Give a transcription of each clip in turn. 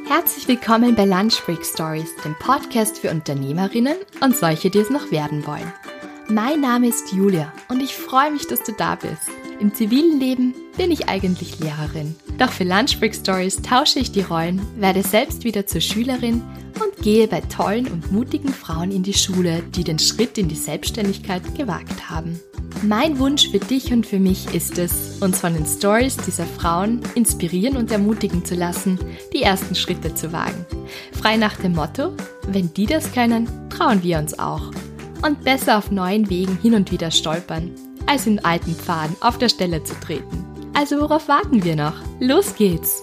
Herzlich willkommen bei Lunch Break Stories, dem Podcast für Unternehmerinnen und solche, die es noch werden wollen. Mein Name ist Julia und ich freue mich, dass du da bist. Im zivilen Leben bin ich eigentlich Lehrerin. Doch für Lunch Break Stories tausche ich die Rollen, werde selbst wieder zur Schülerin und gehe bei tollen und mutigen Frauen in die Schule, die den Schritt in die Selbstständigkeit gewagt haben. Mein Wunsch für dich und für mich ist es, uns von den Stories dieser Frauen inspirieren und ermutigen zu lassen, die ersten Schritte zu wagen. Frei nach dem Motto, wenn die das können, trauen wir uns auch. Und besser auf neuen Wegen hin und wieder stolpern, als in alten Pfaden auf der Stelle zu treten. Also worauf warten wir noch? Los geht's!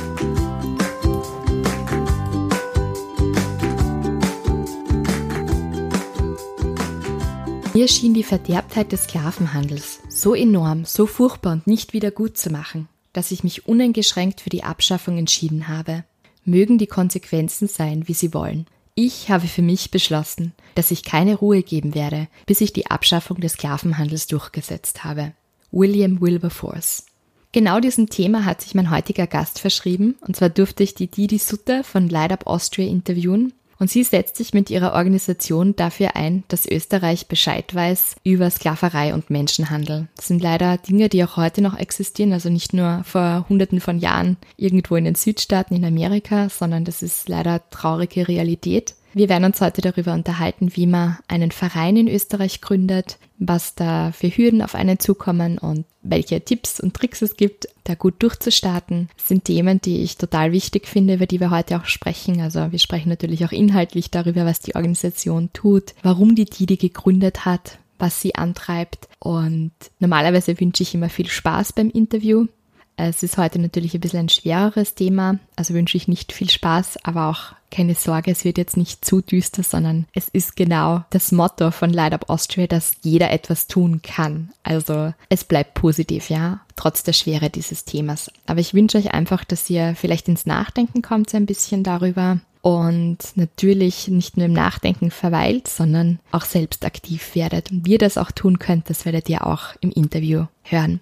Mir schien die Verderbtheit des Sklavenhandels so enorm, so furchtbar und nicht wieder gut zu machen, dass ich mich uneingeschränkt für die Abschaffung entschieden habe. Mögen die Konsequenzen sein, wie sie wollen. Ich habe für mich beschlossen, dass ich keine Ruhe geben werde, bis ich die Abschaffung des Sklavenhandels durchgesetzt habe. William Wilberforce. Genau diesem Thema hat sich mein heutiger Gast verschrieben, und zwar durfte ich die Didi Sutter von Light Up Austria interviewen. Und sie setzt sich mit ihrer Organisation dafür ein, dass Österreich Bescheid weiß über Sklaverei und Menschenhandel. Das sind leider Dinge, die auch heute noch existieren, also nicht nur vor Hunderten von Jahren irgendwo in den Südstaaten in Amerika, sondern das ist leider traurige Realität. Wir werden uns heute darüber unterhalten, wie man einen Verein in Österreich gründet, was da für Hürden auf einen zukommen und welche Tipps und Tricks es gibt, da gut durchzustarten. Das sind Themen, die ich total wichtig finde, über die wir heute auch sprechen. Also wir sprechen natürlich auch inhaltlich darüber, was die Organisation tut, warum die Didi gegründet hat, was sie antreibt. Und normalerweise wünsche ich immer viel Spaß beim Interview. Es ist heute natürlich ein bisschen ein schwereres Thema, also wünsche ich nicht viel Spaß, aber auch keine Sorge, es wird jetzt nicht zu düster, sondern es ist genau das Motto von Light Up Austria, dass jeder etwas tun kann. Also es bleibt positiv, ja, trotz der Schwere dieses Themas. Aber ich wünsche euch einfach, dass ihr vielleicht ins Nachdenken kommt so ein bisschen darüber und natürlich nicht nur im Nachdenken verweilt, sondern auch selbst aktiv werdet. Und wie ihr das auch tun könnt, das werdet ihr auch im Interview hören.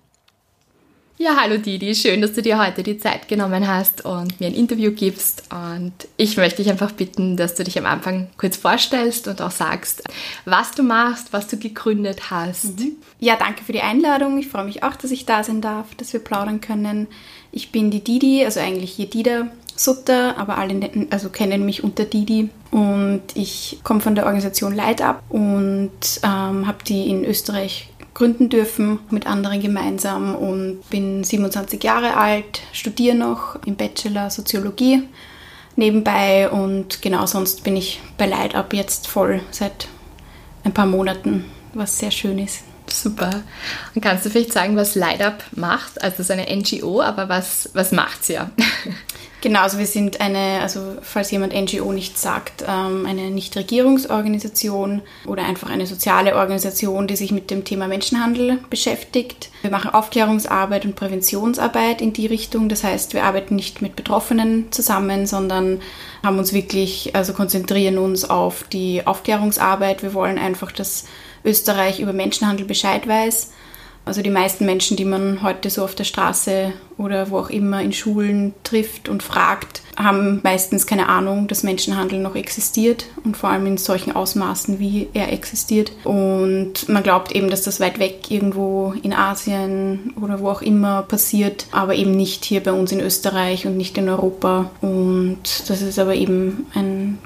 Ja, hallo Didi, schön, dass du dir heute die Zeit genommen hast und mir ein Interview gibst. Und ich möchte dich einfach bitten, dass du dich am Anfang kurz vorstellst und auch sagst, was du machst, was du gegründet hast. Ja, danke für die Einladung. Ich freue mich auch, dass ich da sein darf, dass wir plaudern können. Ich bin die Didi, also eigentlich Jedida Sutter, aber alle kennen mich unter Didi. Und ich komme von der Organisation Light Up und habe die in Österreich gründen dürfen, mit anderen gemeinsam, und bin 27 Jahre alt, studiere noch im Bachelor Soziologie nebenbei, und genau sonst bin ich bei Light Up jetzt voll seit ein paar Monaten, was sehr schön ist. Super. Und kannst du vielleicht sagen, was Light Up macht? Also es ist eine NGO, aber was macht sie ja? Genau, also wir sind falls jemand NGO nicht sagt, eine Nichtregierungsorganisation oder einfach eine soziale Organisation, die sich mit dem Thema Menschenhandel beschäftigt. Wir machen Aufklärungsarbeit und Präventionsarbeit in die Richtung. Das heißt, wir arbeiten nicht mit Betroffenen zusammen, sondern haben uns konzentrieren uns auf die Aufklärungsarbeit. Wir wollen einfach, dass Österreich über Menschenhandel Bescheid weiß. Also die meisten Menschen, die man heute so auf der Straße oder wo auch immer in Schulen trifft und fragt, haben meistens keine Ahnung, dass Menschenhandel noch existiert und vor allem in solchen Ausmaßen, wie er existiert. Und man glaubt eben, dass das weit weg irgendwo in Asien oder wo auch immer passiert, aber eben nicht hier bei uns in Österreich und nicht in Europa. Und das ist aber eben ein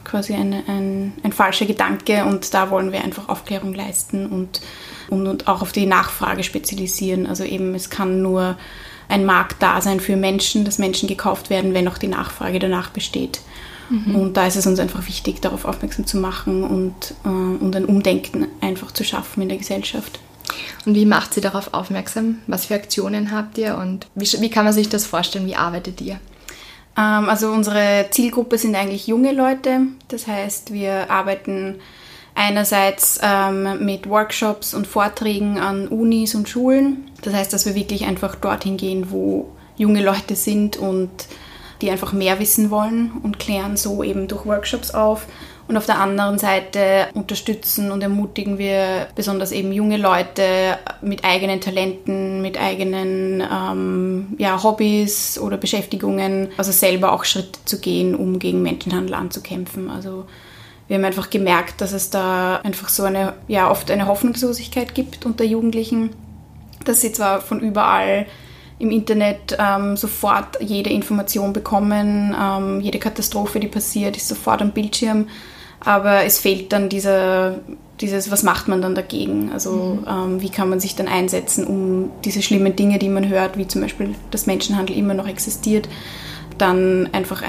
falscher Gedanke, und da wollen wir einfach Aufklärung leisten und auch auf die Nachfrage spezialisieren. Also eben, es kann nur ein Markt da sein für Menschen, dass Menschen gekauft werden, wenn auch die Nachfrage danach besteht. Und da ist es uns einfach wichtig, darauf aufmerksam zu machen und ein Umdenken einfach zu schaffen in der Gesellschaft. Und wie macht sie darauf aufmerksam? Was für Aktionen habt ihr und wie kann man sich das vorstellen? Wie arbeitet ihr? Also unsere Zielgruppe sind eigentlich junge Leute. Das heißt, wir arbeiten einerseits mit Workshops und Vorträgen an Unis und Schulen. Das heißt, dass wir wirklich einfach dorthin gehen, wo junge Leute sind und die einfach mehr wissen wollen, und klären so eben durch Workshops auf. Und auf der anderen Seite unterstützen und ermutigen wir besonders eben junge Leute mit eigenen Talenten, mit eigenen Hobbys oder Beschäftigungen, also selber auch Schritte zu gehen, um gegen Menschenhandel anzukämpfen. Also wir haben einfach gemerkt, dass es da einfach so oft eine Hoffnungslosigkeit gibt unter Jugendlichen, dass sie zwar von überall im Internet sofort jede Information bekommen, jede Katastrophe, die passiert, ist sofort am Bildschirm, aber es fehlt dann dieses, was macht man dann dagegen? Also wie kann man sich dann einsetzen, um diese schlimmen Dinge, die man hört, wie zum Beispiel, dass Menschenhandel immer noch existiert, dann einfach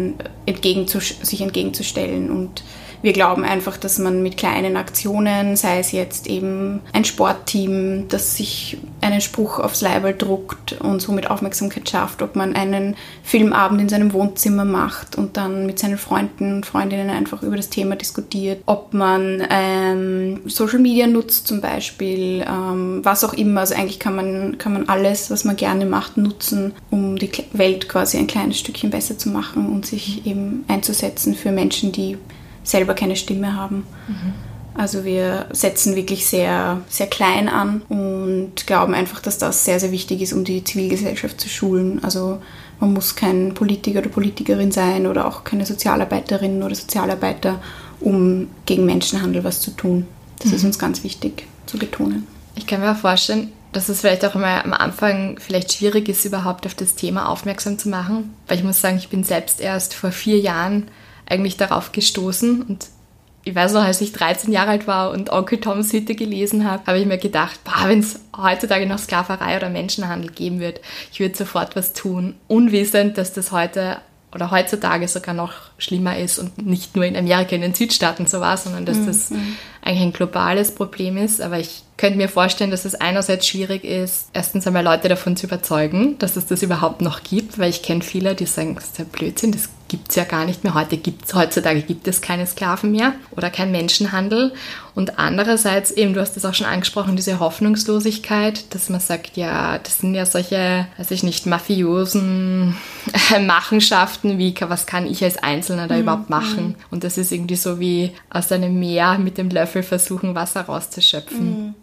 sich entgegenzustellen. Und wir glauben einfach, dass man mit kleinen Aktionen, sei es jetzt eben ein Sportteam, das sich einen Spruch aufs Leiberl druckt und somit Aufmerksamkeit schafft, ob man einen Filmabend in seinem Wohnzimmer macht und dann mit seinen Freunden und Freundinnen einfach über das Thema diskutiert, ob man Social Media nutzt zum Beispiel, was auch immer. Also eigentlich kann man alles, was man gerne macht, nutzen, um die Welt quasi ein kleines Stückchen besser zu machen und sich eben einzusetzen für Menschen, die selber keine Stimme haben. Also wir setzen wirklich sehr, sehr klein an und glauben einfach, dass das sehr, sehr wichtig ist, um die Zivilgesellschaft zu schulen. Also man muss kein Politiker oder Politikerin sein oder auch keine Sozialarbeiterin oder Sozialarbeiter, um gegen Menschenhandel was zu tun. Das ist uns ganz wichtig zu betonen. Ich kann mir auch vorstellen, dass es vielleicht auch immer am Anfang vielleicht schwierig ist, überhaupt auf das Thema aufmerksam zu machen. Weil ich muss sagen, ich bin selbst erst vor 4 Jahren eigentlich darauf gestoßen und ich weiß noch, als ich 13 Jahre alt war und Onkel Toms Hütte gelesen habe ich mir gedacht, wenn es heutzutage noch Sklaverei oder Menschenhandel geben wird, ich würde sofort was tun, unwissend, dass das heute oder heutzutage sogar noch schlimmer ist und nicht nur in Amerika, in den Südstaaten so war, sondern dass das eigentlich ein globales Problem ist. Aber ich könnte mir vorstellen, dass es einerseits schwierig ist, erstens einmal Leute davon zu überzeugen, dass es das überhaupt noch gibt, weil ich kenne viele, die sagen, das ist ja Blödsinn, das gibt es ja gar nicht mehr. Heutzutage gibt es keine Sklaven mehr oder kein Menschenhandel. Und andererseits eben, du hast das auch schon angesprochen, diese Hoffnungslosigkeit, dass man sagt, ja, das sind ja solche, weiß ich nicht, mafiosen Machenschaften, was kann ich als Einzelner da überhaupt machen? Und das ist irgendwie so wie aus einem Meer mit dem Löffel versuchen, Wasser rauszuschöpfen.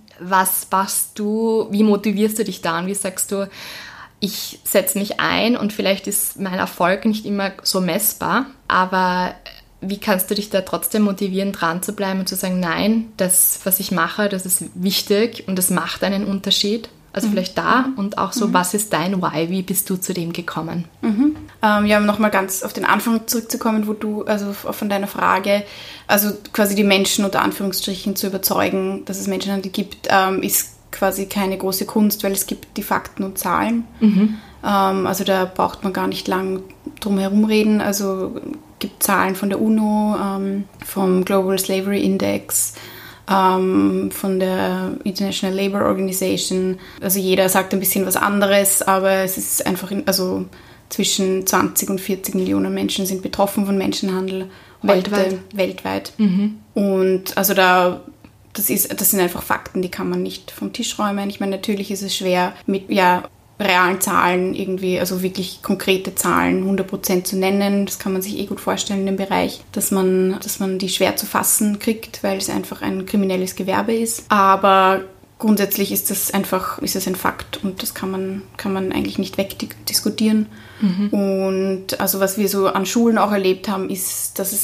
Wie motivierst du dich da und wie sagst du, ich setze mich ein und vielleicht ist mein Erfolg nicht immer so messbar, aber wie kannst du dich da trotzdem motivieren, dran zu bleiben und zu sagen, nein, das, was ich mache, das ist wichtig und das macht einen Unterschied? Also vielleicht da und auch so, was ist dein Why? Wie bist du zu dem gekommen? Um nochmal ganz auf den Anfang zurückzukommen, wo du, also von deiner Frage, also quasi die Menschen unter Anführungsstrichen zu überzeugen, dass es Menschenhandel gibt, ist quasi keine große Kunst, weil es gibt die Fakten und Zahlen. Also da braucht man gar nicht lang drum herum reden. Also es gibt Zahlen von der UNO, vom Global Slavery Index, von der International Labour Organization. Also jeder sagt ein bisschen was anderes, aber es ist einfach, zwischen 20 und 40 Millionen Menschen sind betroffen von Menschenhandel weltweit. Und also das sind einfach Fakten, die kann man nicht vom Tisch räumen. Ich meine, natürlich ist es schwer mit realen Zahlen irgendwie, also wirklich konkrete Zahlen 100% zu nennen. Das kann man sich gut vorstellen in dem Bereich, dass man die schwer zu fassen kriegt, weil es einfach ein kriminelles Gewerbe ist. Aber grundsätzlich ist es ein Fakt und das kann man eigentlich nicht wegdiskutieren. Und also was wir so an Schulen auch erlebt haben, ist, dass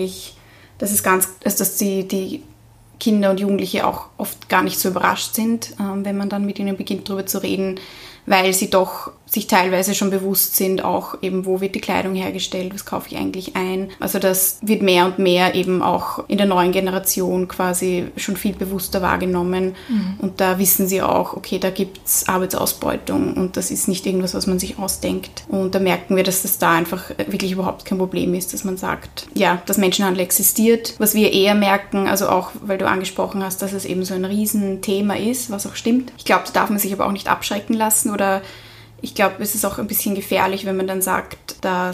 die Kinder und Jugendliche auch oft gar nicht so überrascht sind, wenn man dann mit ihnen beginnt, darüber zu reden, weil sie doch sich teilweise schon bewusst sind, auch eben, wo wird die Kleidung hergestellt, was kaufe ich eigentlich ein. Also das wird mehr und mehr eben auch in der neuen Generation quasi schon viel bewusster wahrgenommen. Und da wissen sie auch, okay, da gibt's Arbeitsausbeutung und das ist nicht irgendwas, was man sich ausdenkt. Und da merken wir, dass das da einfach wirklich überhaupt kein Problem ist, dass man sagt, ja, dass Menschenhandel existiert. Was wir eher merken, also auch, weil du angesprochen hast, dass es eben so ein Riesenthema ist, was auch stimmt. Ich glaube, da darf man sich aber auch nicht abschrecken lassen oder ich glaube, es ist auch ein bisschen gefährlich, wenn man dann sagt, dass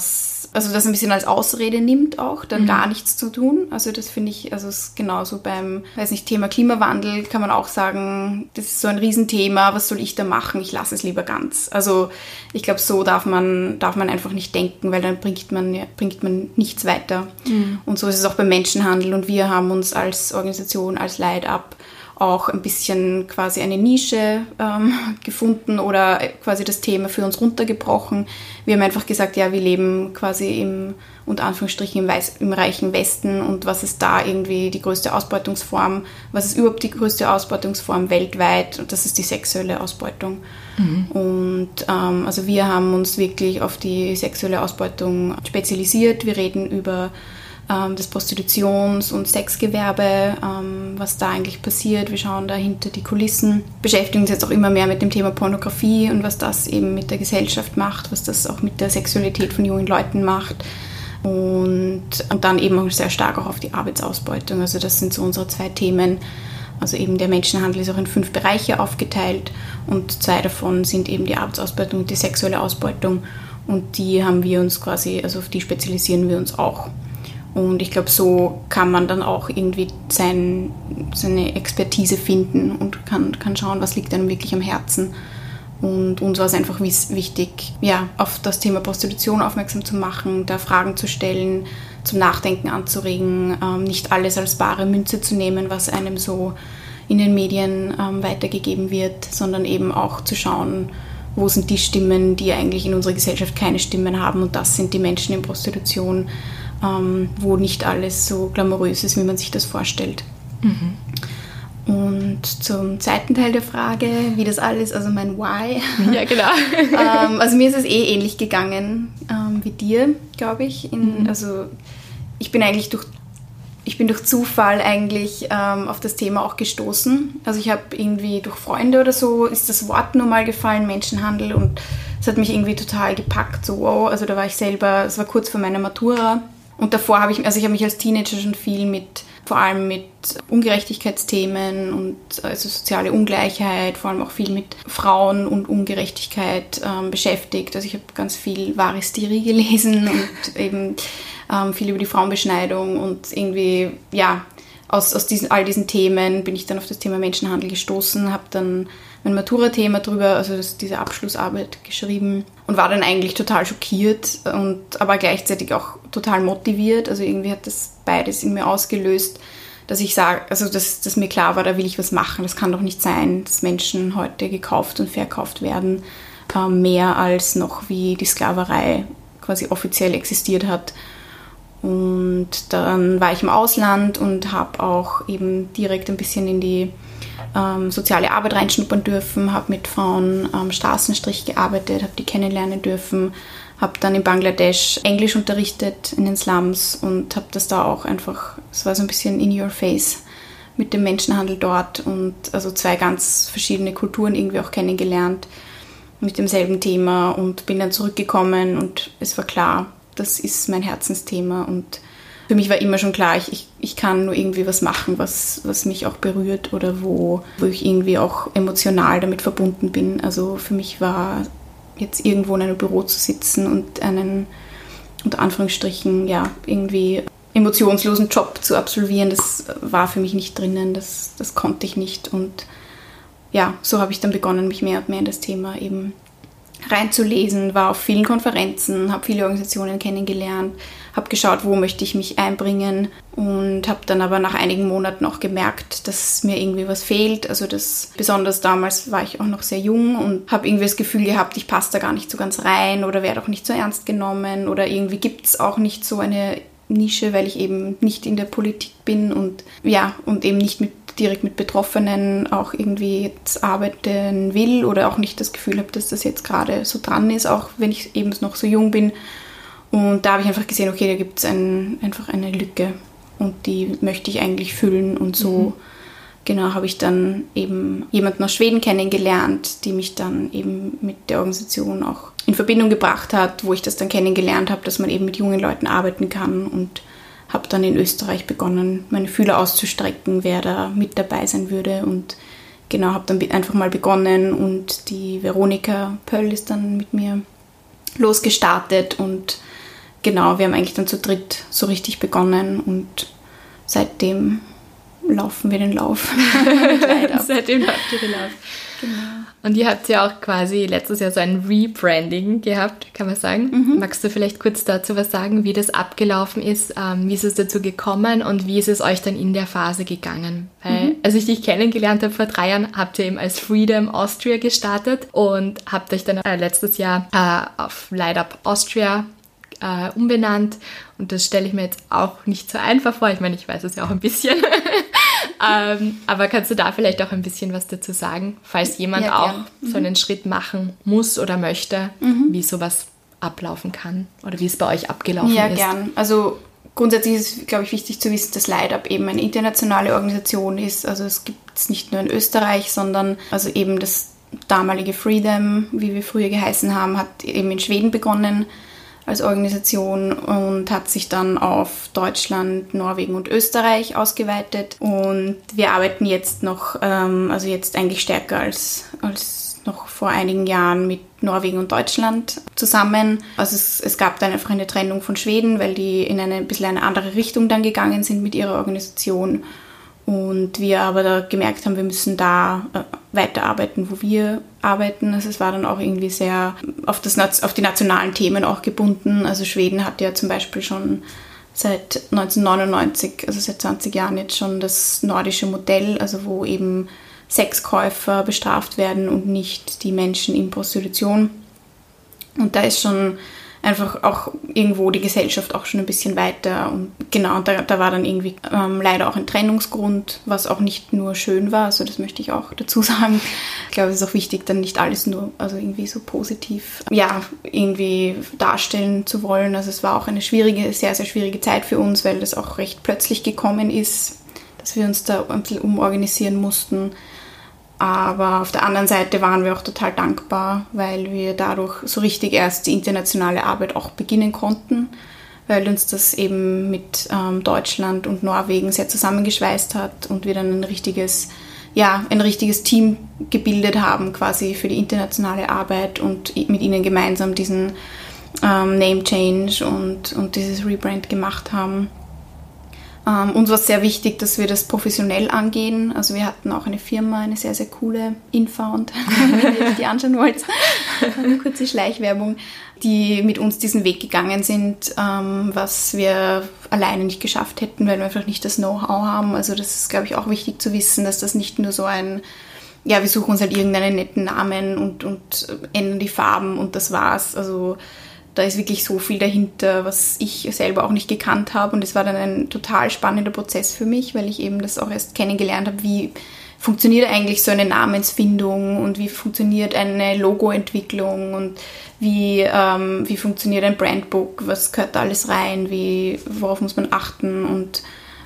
also das ein bisschen als Ausrede nimmt auch, dann gar nichts zu tun. Also das finde ich, also es ist genauso beim, weiß nicht, Thema Klimawandel kann man auch sagen, das ist so ein Riesenthema, was soll ich da machen? Ich lasse es lieber ganz. Also ich glaube, so darf man einfach nicht denken, weil dann bringt man nichts weiter. Und so ist es auch beim Menschenhandel und wir haben uns als Organisation, als Light Up auch ein bisschen quasi eine Nische gefunden oder quasi das Thema für uns runtergebrochen. Wir haben einfach gesagt, ja, wir leben quasi unter Anführungsstrichen im reichen Westen und was ist da irgendwie die größte Ausbeutungsform, was ist überhaupt die größte Ausbeutungsform weltweit und das ist die sexuelle Ausbeutung. Und also wir haben uns wirklich auf die sexuelle Ausbeutung spezialisiert. Wir reden über das Prostitutions- und Sexgewerbe, was da eigentlich passiert. Wir schauen da hinter die Kulissen, beschäftigen uns jetzt auch immer mehr mit dem Thema Pornografie und was das eben mit der Gesellschaft macht, was das auch mit der Sexualität von jungen Leuten macht und dann eben auch sehr stark auch auf die Arbeitsausbeutung. Also das sind so unsere 2 Themen. Also eben der Menschenhandel ist auch in 5 Bereiche aufgeteilt und 2 davon sind eben die Arbeitsausbeutung und die sexuelle Ausbeutung und die haben wir uns quasi, also auf die spezialisieren wir uns auch. Und ich glaube, so kann man dann auch irgendwie seine Expertise finden und kann schauen, was liegt einem wirklich am Herzen. Und uns war es einfach wichtig, ja, auf das Thema Prostitution aufmerksam zu machen, da Fragen zu stellen, zum Nachdenken anzuregen, nicht alles als bare Münze zu nehmen, was einem so in den Medien weitergegeben wird, sondern eben auch zu schauen, wo sind die Stimmen, die eigentlich in unserer Gesellschaft keine Stimmen haben. Und das sind die Menschen in Prostitution, wo nicht alles so glamourös ist, wie man sich das vorstellt. Und zum zweiten Teil der Frage, wie das alles, also mein Why. Ja, genau. Also mir ist es ähnlich gegangen wie dir, glaube ich. Also ich bin durch Zufall eigentlich auf das Thema auch gestoßen. Also ich habe irgendwie durch Freunde oder so, ist das Wort nur mal gefallen, Menschenhandel, und es hat mich irgendwie total gepackt. So wow, also da war ich selber, es war kurz vor meiner Matura. Und davor habe ich mich als Teenager schon viel vor allem mit Ungerechtigkeitsthemen und also soziale Ungleichheit, vor allem auch viel mit Frauen und Ungerechtigkeit beschäftigt. Also ich habe ganz viel Varistiri gelesen und eben viel über die Frauenbeschneidung und irgendwie, ja, aus all diesen Themen bin ich dann auf das Thema Menschenhandel gestoßen, habe dann mein Matura-Thema drüber, also diese Abschlussarbeit geschrieben und war dann eigentlich total schockiert aber gleichzeitig auch total motiviert. Also irgendwie hat das beides in mir ausgelöst, dass ich sage, also dass mir klar war, da will ich was machen. Das kann doch nicht sein, dass Menschen heute gekauft und verkauft werden, mehr als noch wie die Sklaverei quasi offiziell existiert hat. Und dann war ich im Ausland und habe auch eben direkt ein bisschen in die soziale Arbeit reinschnuppern dürfen, habe mit Frauen am Straßenstrich gearbeitet, habe die kennenlernen dürfen, habe dann in Bangladesch Englisch unterrichtet in den Slums und habe das da auch einfach, es war so ein bisschen in your face mit dem Menschenhandel dort und also 2 ganz verschiedene Kulturen irgendwie auch kennengelernt mit demselben Thema und bin dann zurückgekommen und es war klar, das ist mein Herzensthema und für mich war immer schon klar, ich kann nur irgendwie was machen, was mich auch berührt oder wo ich irgendwie auch emotional damit verbunden bin. Also für mich war jetzt irgendwo in einem Büro zu sitzen und einen, unter Anführungsstrichen, ja, irgendwie emotionslosen Job zu absolvieren, das war für mich nicht drinnen, das konnte ich nicht. Und ja, so habe ich dann begonnen, mich mehr und mehr in das Thema eben reinzulesen, war auf vielen Konferenzen, habe viele Organisationen kennengelernt, habe geschaut, wo möchte ich mich einbringen und habe dann aber nach einigen Monaten auch gemerkt, dass mir irgendwie was fehlt. Also besonders damals war ich auch noch sehr jung und habe irgendwie das Gefühl gehabt, ich passe da gar nicht so ganz rein oder werde auch nicht so ernst genommen oder irgendwie gibt es auch nicht so eine Nische, weil ich eben nicht in der Politik bin und ja, und eben nicht direkt mit Betroffenen auch irgendwie jetzt arbeiten will oder auch nicht das Gefühl habe, dass das jetzt gerade so dran ist, auch wenn ich eben noch so jung bin. Und da habe ich einfach gesehen, okay, da gibt es einfach eine Lücke und die möchte ich eigentlich füllen und so genau habe ich dann eben jemanden aus Schweden kennengelernt, die mich dann eben mit der Organisation auch in Verbindung gebracht hat, wo ich das dann kennengelernt habe, dass man eben mit jungen Leuten arbeiten kann und habe dann in Österreich begonnen, meine Fühler auszustrecken, wer da mit dabei sein würde und genau, habe dann einfach mal begonnen und die Veronika Pöll ist dann mit mir losgestartet und genau, wir haben eigentlich dann zu dritt so richtig begonnen und seitdem laufen wir den Lauf. Seitdem läuft ihr den Lauf. Genau. Und ihr habt ja auch quasi letztes Jahr so ein Rebranding gehabt, kann man sagen. Magst du vielleicht kurz dazu was sagen, wie das abgelaufen ist, wie ist es dazu gekommen und wie ist es euch dann in der Phase gegangen? Weil, als ich dich kennengelernt habe vor 3 Jahren, habt ihr eben als Freedom Austria gestartet und habt euch dann letztes Jahr auf Light Up Austria umbenannt. Und das stelle ich mir jetzt auch nicht so einfach vor. Ich meine, ich weiß es ja auch ein bisschen. Aber kannst du da vielleicht auch ein bisschen was dazu sagen, falls jemand auch so einen Schritt machen muss oder möchte, wie sowas ablaufen kann oder wie es bei euch abgelaufen ist? Ja, gern. Also grundsätzlich ist es, glaube ich, wichtig zu wissen, dass Light Up eben eine internationale Organisation ist. Also es gibt es nicht nur in Österreich, sondern also eben das damalige Freedom, wie wir früher geheißen haben, hat eben in Schweden begonnen als Organisation und hat sich dann auf Deutschland, Norwegen und Österreich ausgeweitet. Und wir arbeiten jetzt noch, also jetzt eigentlich stärker als noch vor einigen Jahren mit Norwegen und Deutschland zusammen. Also es gab dann einfach eine Trennung von Schweden, weil die in ein bisschen eine andere Richtung dann gegangen sind mit ihrer Organisation. Und wir aber da gemerkt haben, wir müssen da weiterarbeiten, wo wir arbeiten. Also es war dann auch irgendwie sehr auf die nationalen Themen auch gebunden. Also Schweden hat ja zum Beispiel schon seit 1999, also seit 20 Jahren jetzt schon das nordische Modell, also wo eben Sexkäufer bestraft werden und nicht die Menschen in Prostitution. Und da ist schon einfach auch irgendwo die Gesellschaft auch schon ein bisschen weiter. Und genau, da war dann irgendwie leider auch ein Trennungsgrund, was auch nicht nur schön war. Also das möchte ich auch dazu sagen. Ich glaube, es ist auch wichtig, dann nicht alles nur also irgendwie so positiv irgendwie darstellen zu wollen. Also es war auch eine schwierige, sehr, sehr schwierige Zeit für uns, weil das auch recht plötzlich gekommen ist, dass wir uns da ein bisschen umorganisieren mussten. Aber auf der anderen Seite waren wir auch total dankbar, weil wir dadurch so richtig erst die internationale Arbeit auch beginnen konnten, weil uns das eben mit Deutschland und Norwegen sehr zusammengeschweißt hat und wir dann ein richtiges Team gebildet haben quasi für die internationale Arbeit und mit ihnen gemeinsam diesen Name Change und dieses Rebrand gemacht haben. Uns war es sehr wichtig, dass wir das professionell angehen. Also wir hatten auch eine Firma, eine sehr, sehr coole, Infound, wenn ihr die anschauen wollt. Eine kurze Schleichwerbung, die mit uns diesen Weg gegangen sind, was wir alleine nicht geschafft hätten, weil wir einfach nicht das Know-how haben. Also das ist, glaube ich, auch wichtig zu wissen, dass das nicht nur so wir suchen uns halt irgendeinen netten Namen und ändern die Farben und das war's. Also da ist wirklich so viel dahinter, was ich selber auch nicht gekannt habe. Und es war dann ein total spannender Prozess für mich, weil ich eben das auch erst kennengelernt habe, wie funktioniert eigentlich so eine Namensfindung und wie funktioniert eine Logoentwicklung und wie funktioniert ein Brandbook, was gehört da alles rein, worauf muss man achten. Und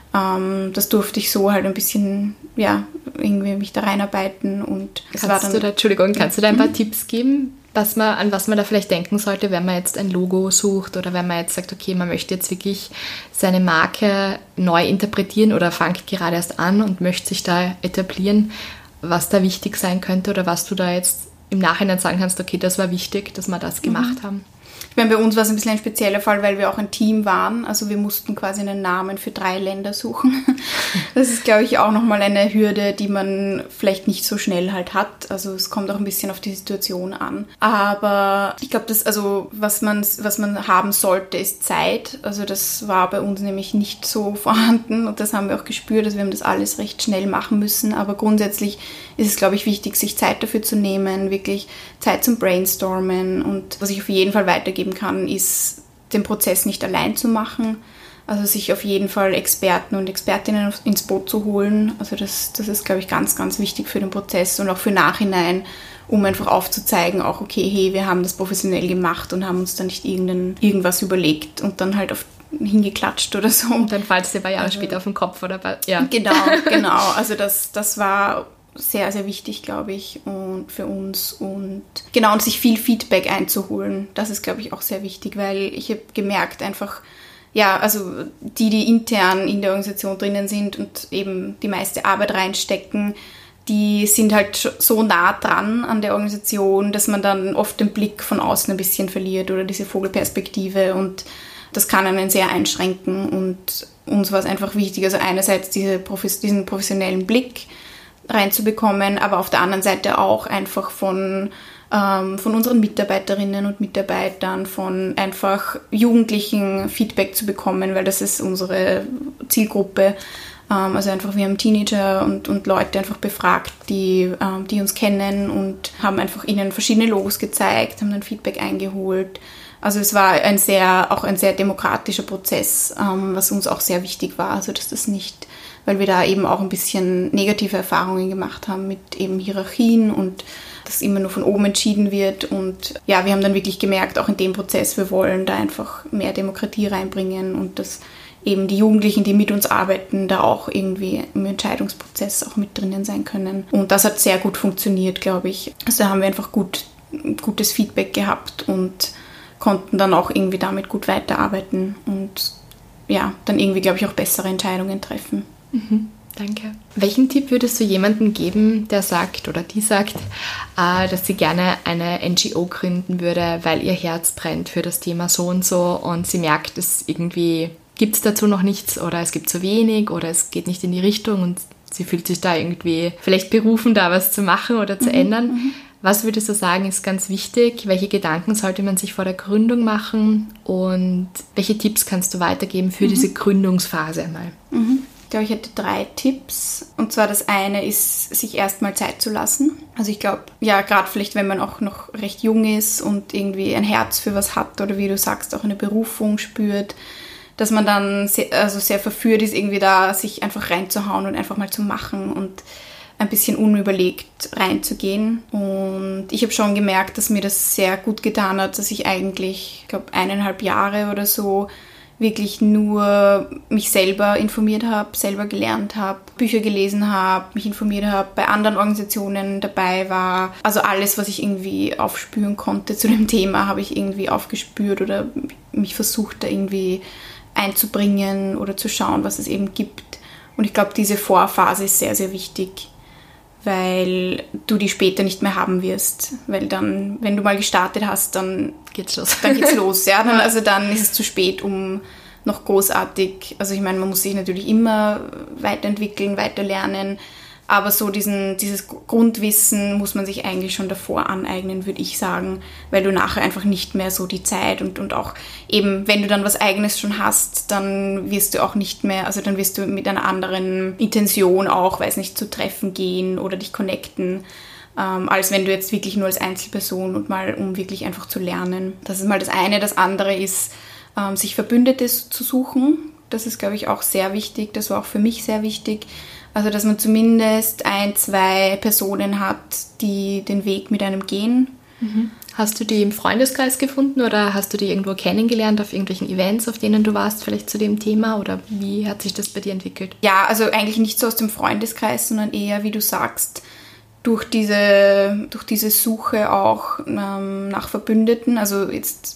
das durfte ich so halt ein bisschen, irgendwie mich da reinarbeiten. Und kannst du da ein paar Tipps geben? An was man da vielleicht denken sollte, wenn man jetzt ein Logo sucht oder wenn man jetzt sagt, okay, man möchte jetzt wirklich seine Marke neu interpretieren oder fängt gerade erst an und möchte sich da etablieren, was da wichtig sein könnte oder was du da jetzt im Nachhinein sagen kannst, okay, das war wichtig, dass wir das gemacht haben. Ich meine, bei uns war es ein bisschen ein spezieller Fall, weil wir auch ein Team waren. Also wir mussten quasi einen Namen für 3 Länder suchen. Das ist, glaube ich, auch nochmal eine Hürde, die man vielleicht nicht so schnell halt hat. Also es kommt auch ein bisschen auf die Situation an. Aber ich glaube, was man haben sollte, ist Zeit. Also das war bei uns nämlich nicht so vorhanden und das haben wir auch gespürt. Also wir haben das alles recht schnell machen müssen. Aber grundsätzlich ist es, glaube ich, wichtig, sich Zeit dafür zu nehmen, wirklich Zeit zum Brainstormen. Und was ich auf jeden Fall weitergeben kann, ist, den Prozess nicht allein zu machen. Also sich auf jeden Fall Experten und Expertinnen ins Boot zu holen. Also das ist, glaube ich, ganz, ganz wichtig für den Prozess und auch für Nachhinein, um einfach aufzuzeigen, auch okay, hey, wir haben das professionell gemacht und haben uns da nicht irgendwas überlegt und dann halt hingeklatscht oder so. Und dann fällt es dir ein paar Jahre später auf den Kopf, oder? Ja. Genau. Also das war sehr, sehr wichtig, glaube ich, und für uns und sich viel Feedback einzuholen. Das ist, glaube ich, auch sehr wichtig, weil ich habe gemerkt einfach, also die intern in der Organisation drinnen sind und eben die meiste Arbeit reinstecken, die sind halt so nah dran an der Organisation, dass man dann oft den Blick von außen ein bisschen verliert oder diese Vogelperspektive und das kann einen sehr einschränken und uns war es einfach wichtig, also einerseits diesen professionellen Blick reinzubekommen, aber auf der anderen Seite auch einfach von unseren Mitarbeiterinnen und Mitarbeitern, von einfach Jugendlichen Feedback zu bekommen, weil das ist unsere Zielgruppe. Also einfach, wir haben Teenager und Leute einfach befragt, die uns kennen und haben einfach ihnen verschiedene Logos gezeigt, haben dann Feedback eingeholt. Also es war auch ein sehr demokratischer Prozess, was uns auch sehr wichtig war. Also dass das nicht, weil wir da eben auch ein bisschen negative Erfahrungen gemacht haben mit eben Hierarchien und dass immer nur von oben entschieden wird. Und ja, wir haben dann wirklich gemerkt, auch in dem Prozess, wir wollen da einfach mehr Demokratie reinbringen und dass eben die Jugendlichen, die mit uns arbeiten, da auch irgendwie im Entscheidungsprozess auch mit drinnen sein können. Und das hat sehr gut funktioniert, glaube ich. Also da haben wir einfach gutes Feedback gehabt und konnten dann auch irgendwie damit gut weiterarbeiten und ja, dann irgendwie, glaube ich, auch bessere Entscheidungen treffen. Mhm. Danke. Welchen Tipp würdest du jemandem geben, der sagt oder die sagt, dass sie gerne eine NGO gründen würde, weil ihr Herz brennt für das Thema so und sie merkt, es irgendwie gibt es dazu noch nichts oder es gibt zu wenig oder es geht nicht in die Richtung und sie fühlt sich da irgendwie vielleicht berufen, da was zu machen oder zu ändern. Was würdest du sagen, ist ganz wichtig? Welche Gedanken sollte man sich vor der Gründung machen und welche Tipps kannst du weitergeben für diese Gründungsphase einmal? Ich glaube, ich hätte 3 Tipps. Und zwar das eine ist, sich erstmal Zeit zu lassen. Also ich glaube, ja, gerade vielleicht, wenn man auch noch recht jung ist und irgendwie ein Herz für was hat oder wie du sagst, auch eine Berufung spürt, dass man dann sehr verführt ist, irgendwie da sich einfach reinzuhauen und einfach mal zu machen und ein bisschen unüberlegt reinzugehen. Und ich habe schon gemerkt, dass mir das sehr gut getan hat, dass ich eigentlich, ich glaube, 1,5 Jahre oder so wirklich nur mich selber informiert habe, selber gelernt habe, Bücher gelesen habe, mich informiert habe, bei anderen Organisationen dabei war. Also alles, was ich irgendwie aufspüren konnte zu dem Thema, habe ich irgendwie aufgespürt oder mich versucht, da irgendwie einzubringen oder zu schauen, was es eben gibt. Und ich glaube, diese Vorphase ist sehr, sehr wichtig, weil du die später nicht mehr haben wirst. Weil dann, wenn du mal gestartet hast, dann geht's los. Dann geht's los, ja. Dann ist es zu spät, um noch großartig, also ich meine, man muss sich natürlich immer weiterentwickeln, weiterlernen, aber so dieses Grundwissen muss man sich eigentlich schon davor aneignen, würde ich sagen, weil du nachher einfach nicht mehr so die Zeit und auch eben, wenn du dann was Eigenes schon hast, dann wirst du auch nicht mehr, also dann wirst du mit einer anderen Intention auch, weiß nicht, zu Treffen gehen oder dich connecten, als wenn du jetzt wirklich nur als Einzelperson und mal, um wirklich einfach zu lernen. Das ist mal das eine. Das andere ist, sich Verbündete zu suchen. Das ist, glaube ich, auch sehr wichtig. Das war auch für mich sehr wichtig. Also, dass man zumindest 1, 2 Personen hat, die den Weg mit einem gehen. Hast du die im Freundeskreis gefunden oder hast du die irgendwo kennengelernt auf irgendwelchen Events, auf denen du warst, vielleicht zu dem Thema? Oder wie hat sich das bei dir entwickelt? Ja, also eigentlich nicht so aus dem Freundeskreis, sondern eher, wie du sagst, durch diese Suche auch nach Verbündeten. Also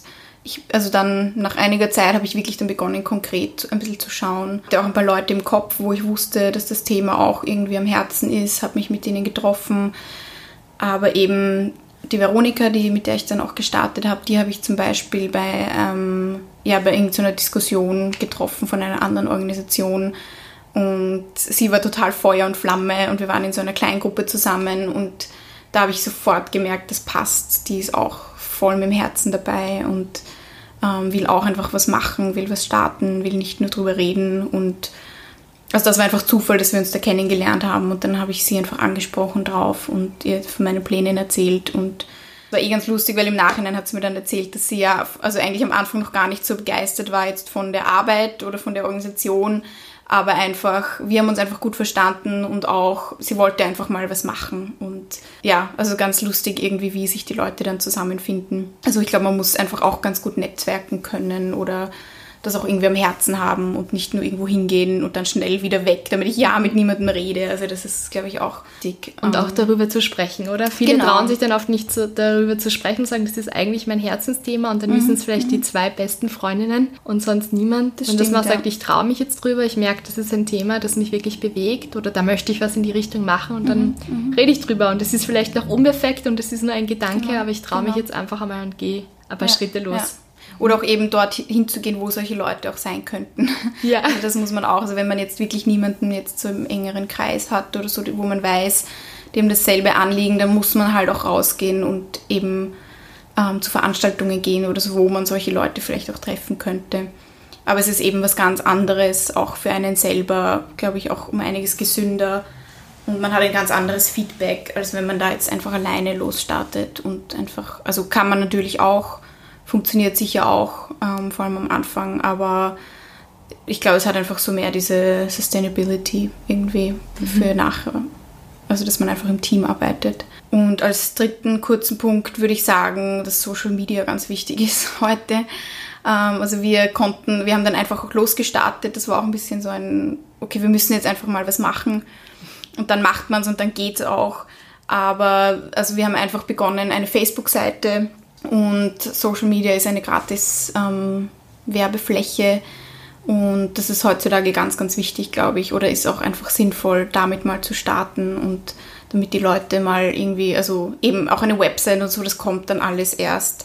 dann nach einiger Zeit habe ich wirklich dann begonnen, konkret ein bisschen zu schauen. Ich hatte auch ein paar Leute im Kopf, wo ich wusste, dass das Thema auch irgendwie am Herzen ist, habe mich mit denen getroffen. Aber eben die Veronika, mit der ich dann auch gestartet habe, die habe ich zum Beispiel bei irgendeiner Diskussion getroffen von einer anderen Organisation. Und sie war total Feuer und Flamme und wir waren in so einer Kleingruppe zusammen und da habe ich sofort gemerkt, das passt. Die ist auch voll mit dem Herzen dabei und will auch einfach was machen, will was starten, will nicht nur drüber reden. Und also das war einfach Zufall, dass wir uns da kennengelernt haben und dann habe ich sie einfach angesprochen drauf und ihr von meinen Plänen erzählt und war ganz lustig, weil im Nachhinein hat sie mir dann erzählt, dass sie ja also eigentlich am Anfang noch gar nicht so begeistert war jetzt von der Arbeit oder von der Organisation, aber einfach, wir haben uns einfach gut verstanden und auch, sie wollte einfach mal was machen und ja, also ganz lustig irgendwie, wie sich die Leute dann zusammenfinden. Also ich glaube, man muss einfach auch ganz gut netzwerken können oder das auch irgendwie am Herzen haben und nicht nur irgendwo hingehen und dann schnell wieder weg, damit ich ja mit niemandem rede. Also das ist, glaube ich, auch dick. Und auch darüber zu sprechen, oder? Viele trauen sich dann oft nicht so darüber zu sprechen und sagen, das ist eigentlich mein Herzensthema und dann wissen es vielleicht die 2 besten Freundinnen und sonst niemand. Und dass man sagt, ich traue mich jetzt drüber, ich merke, das ist ein Thema, das mich wirklich bewegt oder da möchte ich was in die Richtung machen und dann rede ich drüber und das ist vielleicht noch unperfekt und das ist nur ein Gedanke, aber ich traue mich jetzt einfach einmal und gehe ein paar Schritte los. Ja. Oder auch eben dort hinzugehen, wo solche Leute auch sein könnten. Ja. Also das muss man auch, also wenn man jetzt wirklich niemanden jetzt so im engeren Kreis hat oder so, wo man weiß, dem dasselbe Anliegen, dann muss man halt auch rausgehen und eben zu Veranstaltungen gehen oder so, wo man solche Leute vielleicht auch treffen könnte. Aber es ist eben was ganz anderes, auch für einen selber, glaube ich, auch um einiges gesünder. Und man hat ein ganz anderes Feedback, als wenn man da jetzt einfach alleine losstartet. Und einfach, also kann man natürlich auch, funktioniert sicher auch, vor allem am Anfang. Aber ich glaube, es hat einfach so mehr diese Sustainability irgendwie für nachher. Also, dass man einfach im Team arbeitet. Und als dritten kurzen Punkt würde ich sagen, dass Social Media ganz wichtig ist heute. Also wir haben dann einfach auch losgestartet. Das war auch ein bisschen so okay, wir müssen jetzt einfach mal was machen. Und dann macht man es und dann geht es auch. Aber also wir haben einfach begonnen, eine Facebook-Seite, und Social Media ist eine gratis Werbefläche. Und das ist heutzutage ganz, ganz wichtig, glaube ich. Oder ist auch einfach sinnvoll, damit mal zu starten, und damit die Leute mal irgendwie, also eben auch eine Website und so, das kommt dann alles erst.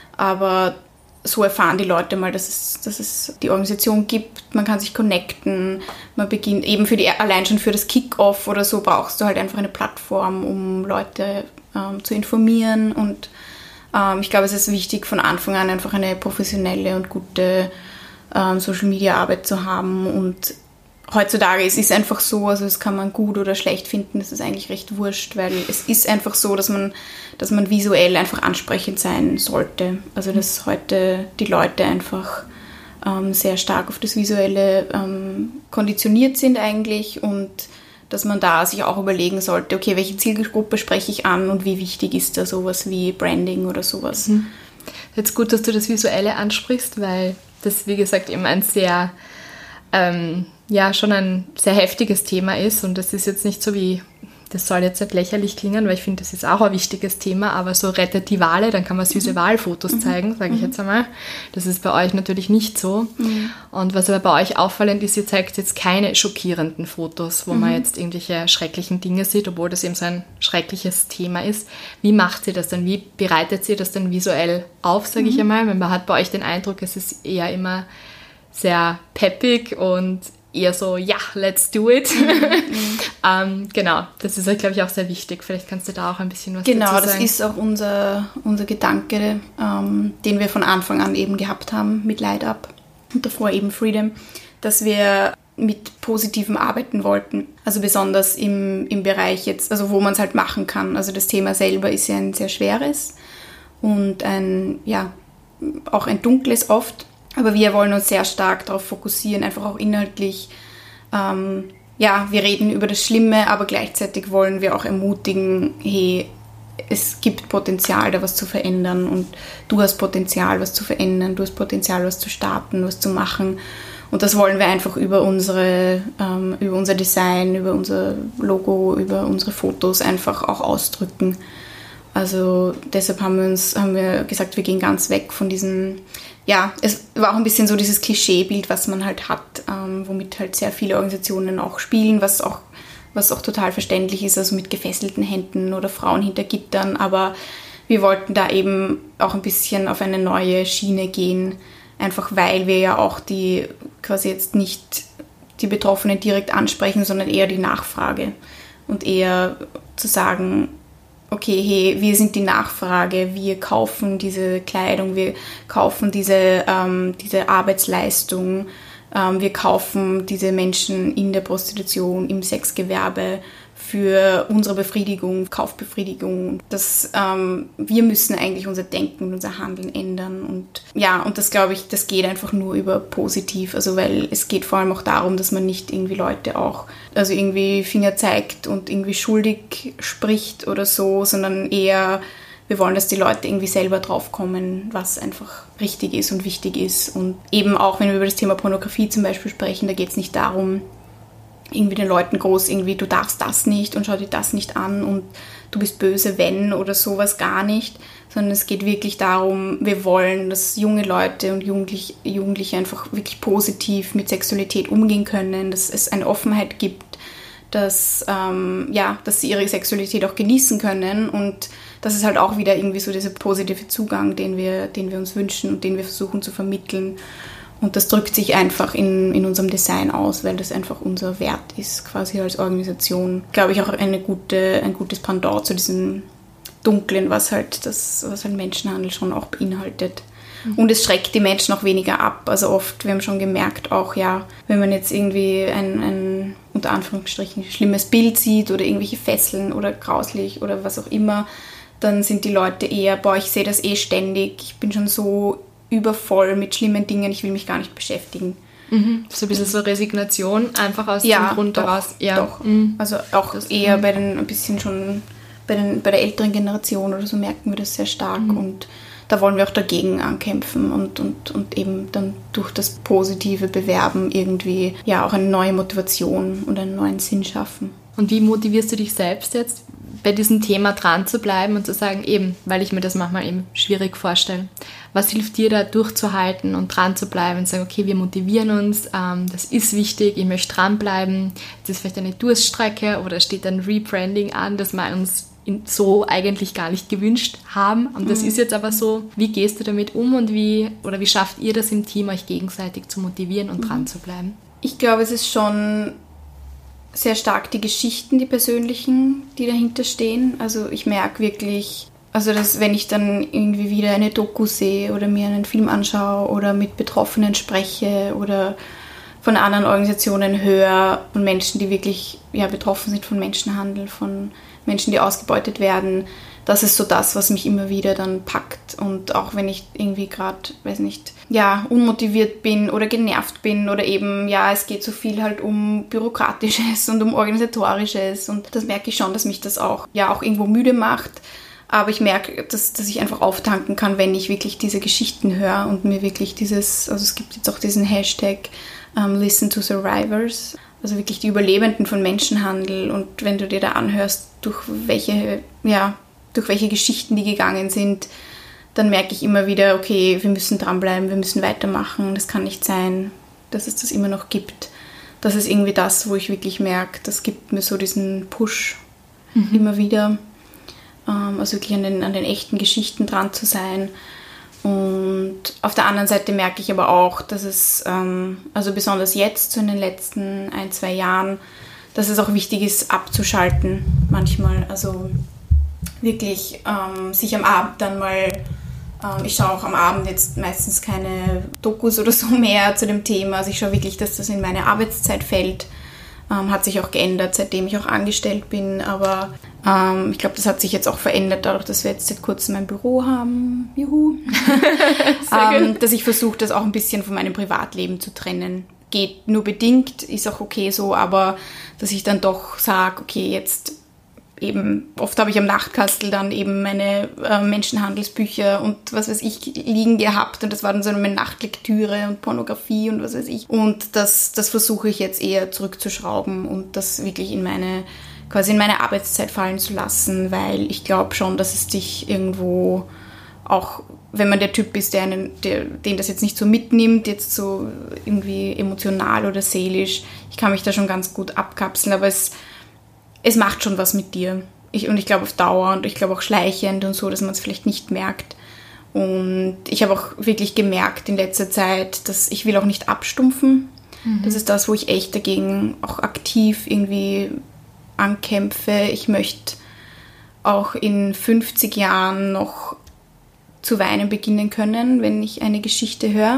Aber so erfahren die Leute mal, dass es die Organisation gibt. Man kann sich connecten. Man beginnt eben allein schon für das Kick-Off oder so brauchst du halt einfach eine Plattform, um Leute zu informieren. Und ich glaube, es ist wichtig, von Anfang an einfach eine professionelle und gute Social-Media-Arbeit zu haben. Und heutzutage es ist einfach so, also das kann man gut oder schlecht finden, das ist eigentlich recht wurscht, weil es ist einfach so, dass man visuell einfach ansprechend sein sollte. Also dass heute die Leute einfach sehr stark auf das Visuelle konditioniert sind eigentlich, und dass man da sich auch überlegen sollte, okay, welche Zielgruppe spreche ich an und wie wichtig ist da sowas wie Branding oder sowas. Jetzt gut, dass du das Visuelle ansprichst, weil das, wie gesagt, eben ein sehr schon ein sehr heftiges Thema ist, und das ist jetzt nicht so wie, das soll jetzt nicht lächerlich klingen, weil ich finde, das ist auch ein wichtiges Thema, aber so rettet die Wale, dann kann man süße Walfotos zeigen, sage ich jetzt einmal. Das ist bei euch natürlich nicht so. Und was aber bei euch auffallend ist, ihr zeigt jetzt keine schockierenden Fotos, wo man jetzt irgendwelche schrecklichen Dinge sieht, obwohl das eben so ein schreckliches Thema ist. Wie macht ihr das dann? Wie bereitet ihr das dann visuell auf, sage ich einmal? Weil man hat bei euch den Eindruck, es ist eher immer sehr peppig und eher so, ja, let's do it. Genau, das ist, glaube ich, auch sehr wichtig. Vielleicht kannst du da auch ein bisschen was dazu sagen. Genau, das ist auch unser Gedanke, den wir von Anfang an eben gehabt haben mit Light Up und davor eben Freedom, dass wir mit Positivem arbeiten wollten. Also besonders im Bereich jetzt, also wo man es halt machen kann. Also das Thema selber ist ja ein sehr schweres und auch ein dunkles oft. Aber wir wollen uns sehr stark darauf fokussieren, einfach auch inhaltlich. Wir reden über das Schlimme, aber gleichzeitig wollen wir auch ermutigen, hey, es gibt Potenzial, da was zu verändern, und du hast Potenzial, was zu verändern, du hast Potenzial, was zu starten, was zu machen. Und das wollen wir einfach über unser Design, über unser Logo, über unsere Fotos einfach auch ausdrücken. Also deshalb haben wir gesagt, wir gehen ganz weg von diesem, es war auch ein bisschen so dieses Klischeebild, was man halt hat, womit halt sehr viele Organisationen auch spielen, was auch total verständlich ist, also mit gefesselten Händen oder Frauen hinter Gittern, aber wir wollten da eben auch ein bisschen auf eine neue Schiene gehen, einfach weil wir ja auch die quasi jetzt nicht die Betroffenen direkt ansprechen, sondern eher die Nachfrage und eher zu sagen, okay, hey, wir sind die Nachfrage, wir kaufen diese Kleidung, wir kaufen diese Arbeitsleistung, wir kaufen diese Menschen in der Prostitution, im Sexgewerbe für unsere Befriedigung, Kaufbefriedigung. Wir müssen eigentlich unser Denken und unser Handeln ändern. Und das, glaube ich, das geht einfach nur über positiv. Also weil es geht vor allem auch darum, dass man nicht irgendwie Leute auch, also irgendwie Finger zeigt und irgendwie schuldig spricht oder so, sondern eher, wir wollen, dass die Leute irgendwie selber draufkommen, was einfach richtig ist und wichtig ist. Und eben auch, wenn wir über das Thema Pornografie zum Beispiel sprechen, da geht es nicht darum, irgendwie den Leuten groß irgendwie, du darfst das nicht und schau dir das nicht an und du bist böse, wenn oder sowas, gar nicht, sondern es geht wirklich darum, wir wollen, dass junge Leute und Jugendliche einfach wirklich positiv mit Sexualität umgehen können, dass es eine Offenheit gibt, dass sie ihre Sexualität auch genießen können und das ist halt auch wieder irgendwie so dieser positive Zugang, den wir uns wünschen und den wir versuchen zu vermitteln. Und das drückt sich einfach in unserem Design aus, weil das einfach unser Wert ist, quasi als Organisation. Glaube ich auch ein gutes Pendant zu diesem Dunklen, was halt Menschenhandel schon auch beinhaltet. Und es schreckt die Menschen auch weniger ab. Also oft, wir haben schon gemerkt auch, ja, wenn man jetzt irgendwie ein unter Anführungsstrichen schlimmes Bild sieht oder irgendwelche Fesseln oder grauslich oder was auch immer, dann sind die Leute eher, ich sehe das ständig, ich bin schon so übervoll mit schlimmen Dingen, ich will mich gar nicht beschäftigen. So ein bisschen so Resignation, einfach aus dem Grund daraus. Ja, doch. Also auch das eher bei der älteren Generation oder so merken wir das sehr stark und da wollen wir auch dagegen ankämpfen und eben dann durch das positive Bewerben irgendwie ja auch eine neue Motivation und einen neuen Sinn schaffen. Und wie motivierst du dich selbst jetzt, bei diesem Thema dran zu bleiben und zu sagen, eben, weil ich mir das manchmal eben schwierig vorstelle, was hilft dir da durchzuhalten und dran zu bleiben und sagen, okay, wir motivieren uns, das ist wichtig, ich möchte dranbleiben, jetzt ist vielleicht eine Durststrecke oder steht ein Rebranding an, das wir uns so eigentlich gar nicht gewünscht haben und das ist jetzt aber so. Wie gehst du damit um und wie schafft ihr das im Team, euch gegenseitig zu motivieren und dran zu bleiben? Ich glaube, es ist schon sehr stark die Geschichten, die persönlichen, die dahinter stehen. Also ich merke wirklich, dass wenn ich dann irgendwie wieder eine Doku sehe oder mir einen Film anschaue oder mit Betroffenen spreche oder von anderen Organisationen höre und Menschen, die wirklich betroffen sind von Menschenhandel, von Menschen, die ausgebeutet werden, das ist so das, was mich immer wieder dann packt. Und auch wenn ich irgendwie gerade, unmotiviert bin oder genervt bin oder eben, es geht so viel halt um Bürokratisches und um Organisatorisches und das merke ich schon, dass mich das auch irgendwo müde macht. Aber ich merke, dass ich einfach auftanken kann, wenn ich wirklich diese Geschichten höre und mir wirklich es gibt jetzt auch diesen Hashtag Listen to Survivors, also wirklich die Überlebenden von Menschenhandel und wenn du dir da anhörst, durch welche Geschichten die gegangen sind, dann merke ich immer wieder, okay, wir müssen dranbleiben, wir müssen weitermachen, das kann nicht sein, dass es das immer noch gibt. Das ist irgendwie das, wo ich wirklich merke, das gibt mir so diesen Push immer wieder, also wirklich an den echten Geschichten dran zu sein. Und auf der anderen Seite merke ich aber auch, dass es, besonders jetzt, so in den letzten 1-2 Jahren, dass es auch wichtig ist, abzuschalten manchmal. Also wirklich sich am Abend dann mal, ich schaue auch am Abend jetzt meistens keine Dokus oder so mehr zu dem Thema. Also ich schaue wirklich, dass das in meine Arbeitszeit fällt. Hat sich auch geändert, seitdem ich auch angestellt bin. Aber ich glaube, das hat sich jetzt auch verändert, dadurch, dass wir jetzt seit kurzem ein Büro haben. Juhu. Dass ich versuche, das auch ein bisschen von meinem Privatleben zu trennen. Geht nur bedingt, ist auch okay so, aber dass ich dann doch sage, okay, jetzt eben, oft habe ich am Nachtkastel dann eben meine Menschenhandelsbücher und was weiß ich liegen gehabt und das war dann so eine Nachtlektüre und Pornografie und was weiß ich. Und das versuche ich jetzt eher zurückzuschrauben und das wirklich in meine Arbeitszeit fallen zu lassen, weil ich glaube schon, dass es dich irgendwo auch, wenn man der Typ ist, den das jetzt nicht so mitnimmt, jetzt so irgendwie emotional oder seelisch, ich kann mich da schon ganz gut abkapseln, aber es macht schon was mit dir. Ich glaube auf Dauer und ich glaube auch schleichend und so, dass man es vielleicht nicht merkt. Und ich habe auch wirklich gemerkt in letzter Zeit, dass ich will auch nicht abstumpfen. Das ist das, wo ich echt dagegen auch aktiv irgendwie ankämpfe. Ich möchte auch in 50 Jahren noch zu weinen beginnen können, wenn ich eine Geschichte höre,